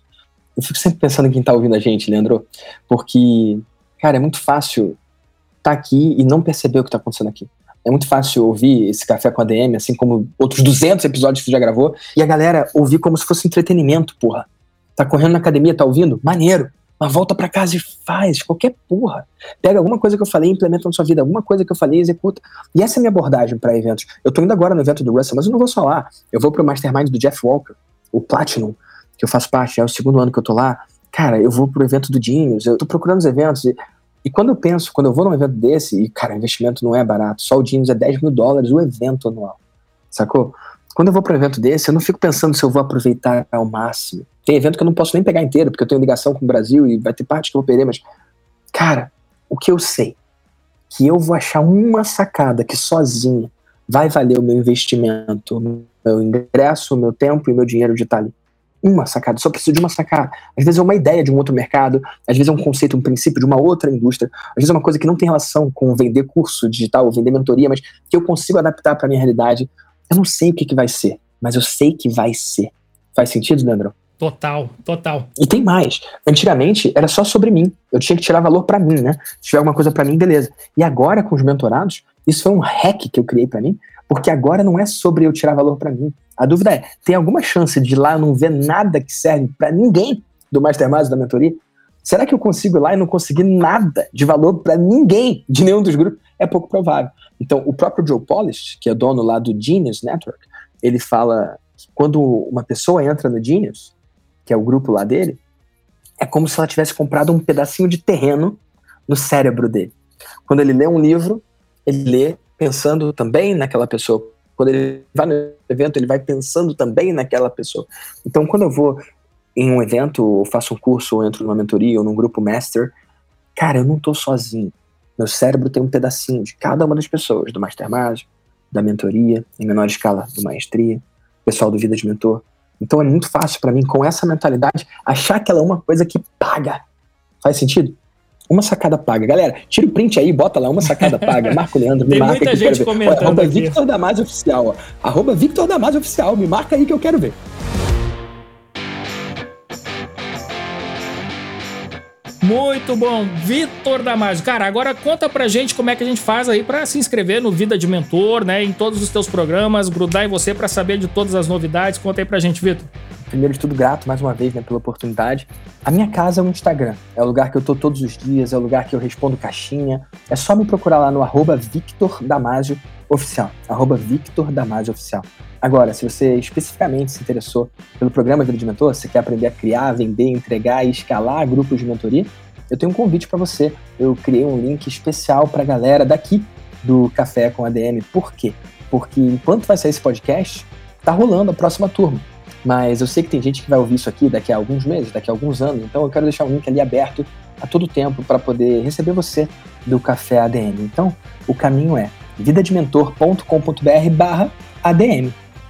Eu fico sempre pensando em quem tá ouvindo a gente, Leandro, porque, cara, é muito fácil estar aqui e não perceber o que tá acontecendo aqui. É muito fácil ouvir esse Café com ADM, assim como outros 200 episódios que você já gravou, e a galera ouvir como se fosse entretenimento, porra. Tá correndo na academia, tá ouvindo? Maneiro. Mas volta pra casa e faz qualquer porra. Pega alguma coisa que eu falei e implementa na sua vida. Alguma coisa que eu falei e executa. E essa é a minha abordagem pra eventos. Eu tô indo agora no evento do Russell, mas eu não vou só lá. Eu vou pro Mastermind do Jeff Walker, o Platinum, que eu faço parte, é o 2º ano que eu tô lá. Cara, eu vou pro evento do Genius, eu tô procurando os eventos. E quando eu vou num evento desse, e cara, o investimento não é barato, só o Genius é $10 mil o evento anual. Sacou? Quando eu vou pro evento desse, eu não fico pensando se eu vou aproveitar ao máximo. Tem evento que eu não posso nem pegar inteiro, porque eu tenho ligação com o Brasil e vai ter parte que eu vou perder, mas, cara, o que eu sei, que eu vou achar uma sacada que sozinha vai valer o meu investimento, o meu ingresso, o meu tempo e o meu dinheiro de estar ali. Uma sacada, só preciso de uma sacada. Às vezes é uma ideia de um outro mercado, às vezes é um conceito, um princípio de uma outra indústria, às vezes é uma coisa que não tem relação com vender curso digital ou vender mentoria, mas que eu consigo adaptar para minha realidade. Eu não sei o que vai ser, mas eu sei que vai ser. Faz sentido, Leandro? Total. E tem mais. Antigamente era só sobre mim. Eu tinha que tirar valor pra mim, né? Se tiver alguma coisa pra mim, beleza. E agora com os mentorados, isso foi um hack que eu criei pra mim, porque agora não é sobre eu tirar valor pra mim. A dúvida é, tem alguma chance de ir lá não ver nada que serve pra ninguém do Mastermind, da mentoria? Será que eu consigo ir lá e não conseguir nada de valor pra ninguém de nenhum dos grupos? É pouco provável. Então, o próprio Joe Polish, que é dono lá do Genius Network, ele fala que quando uma pessoa entra no Genius, que é o grupo lá dele, é como se ela tivesse comprado um pedacinho de terreno no cérebro dele. Quando ele lê um livro, ele lê pensando também naquela pessoa. Quando ele vai no evento, ele vai pensando também naquela pessoa. Então, quando eu vou em um evento, ou faço um curso, ou entro numa mentoria, ou num grupo master, cara, eu não tô sozinho. Meu cérebro tem um pedacinho de cada uma das pessoas, do Mastermind, da mentoria, em menor escala, do maestria, pessoal do Vida de Mentor. Então é muito fácil pra mim, com essa mentalidade, achar que ela é uma coisa que paga. Faz sentido? Uma sacada paga. Galera, tira o print aí, bota lá, uma sacada paga. Marco Leandro, me marca aí que eu quero ver. Tem muita gente comentando aqui. Victor Damasio Oficial, ó. @Victor Damasio Oficial, me marca aí que eu quero ver. Muito bom, Victor Damasio. Cara, agora conta pra gente como é que a gente faz aí pra se inscrever no Vida de Mentor, né, em todos os teus programas, grudar em você pra saber de todas as novidades. Conta aí pra gente, Victor. Primeiro de tudo, grato mais uma vez, né, pela oportunidade. A minha casa é um Instagram, é o lugar que eu tô todos os dias, é o lugar que eu respondo caixinha. É só me procurar lá no @Victor Damasio Oficial, @Victor Damasio Oficial. Agora, se você especificamente se interessou pelo programa Vida de Mentor, você quer aprender a criar, vender, entregar e escalar grupos de mentoria, eu tenho um convite para você. Eu criei um link especial para a galera daqui do Café com ADM. Por quê? Porque enquanto vai sair esse podcast, tá rolando a próxima turma. Mas eu sei que tem gente que vai ouvir isso aqui daqui a alguns meses, daqui a alguns anos, então eu quero deixar um link ali aberto a todo tempo para poder receber você do Café ADM. Então, o caminho é vidadementor.com.br/ADM.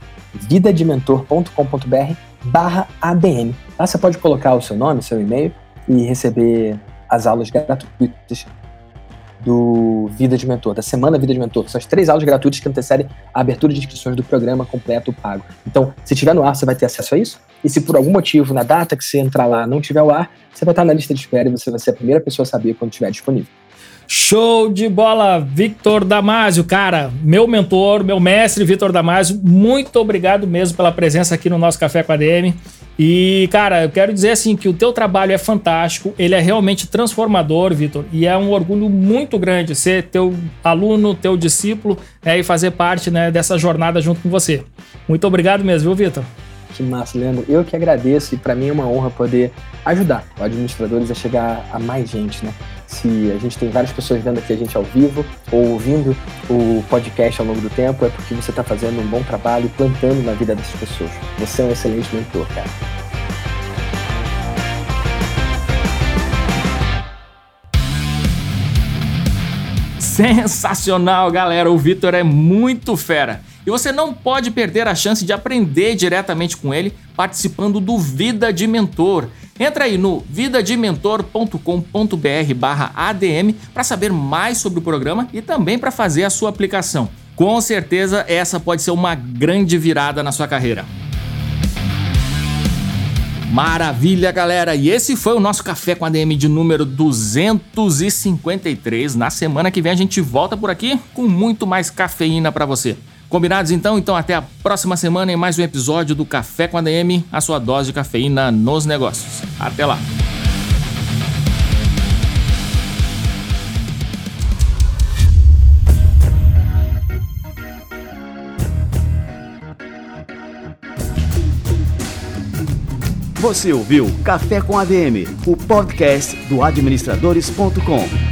vidadementor.com.br/ADM. Lá você pode colocar o seu nome, seu e-mail e receber as aulas gratuitas do Vida de Mentor, da Semana Vida de Mentor. São as 3 aulas gratuitas que antecedem a abertura de inscrições do programa completo pago. Então, se estiver no ar, você vai ter acesso a isso. E se por algum motivo, na data que você entrar lá, não tiver o ar, você vai estar na lista de espera e você vai ser a primeira pessoa a saber quando estiver disponível. Show de bola, Victor Damasio, cara, meu mentor, meu mestre Victor Damasio, muito obrigado mesmo pela presença aqui no nosso Café com a ADM. E, cara, eu quero dizer assim que o teu trabalho é fantástico, ele é realmente transformador, Victor, e é um orgulho muito grande ser teu aluno, teu discípulo, e fazer parte, né, dessa jornada junto com você. Muito obrigado mesmo, viu, Victor? Que massa, Leandro. Eu que agradeço e para mim é uma honra poder ajudar os administradores a chegar a mais gente, né? Se a gente tem várias pessoas vendo aqui a gente ao vivo ou ouvindo o podcast ao longo do tempo, é porque você está fazendo um bom trabalho e plantando na vida dessas pessoas. Você é um excelente mentor, cara. Sensacional, galera! O Vitor é muito fera. E você não pode perder a chance de aprender diretamente com ele participando do Vida de Mentor. Entra aí no vidadementor.com.br/ADM para saber mais sobre o programa e também para fazer a sua aplicação. Com certeza essa pode ser uma grande virada na sua carreira. Maravilha, galera! E esse foi o nosso Café com ADM de número 253. Na semana que vem a gente volta por aqui com muito mais cafeína para você. Combinados então? Então até a próxima semana em mais um episódio do Café com ADM, a sua dose de cafeína nos negócios. Até lá! Você ouviu Café com ADM, o podcast do administradores.com.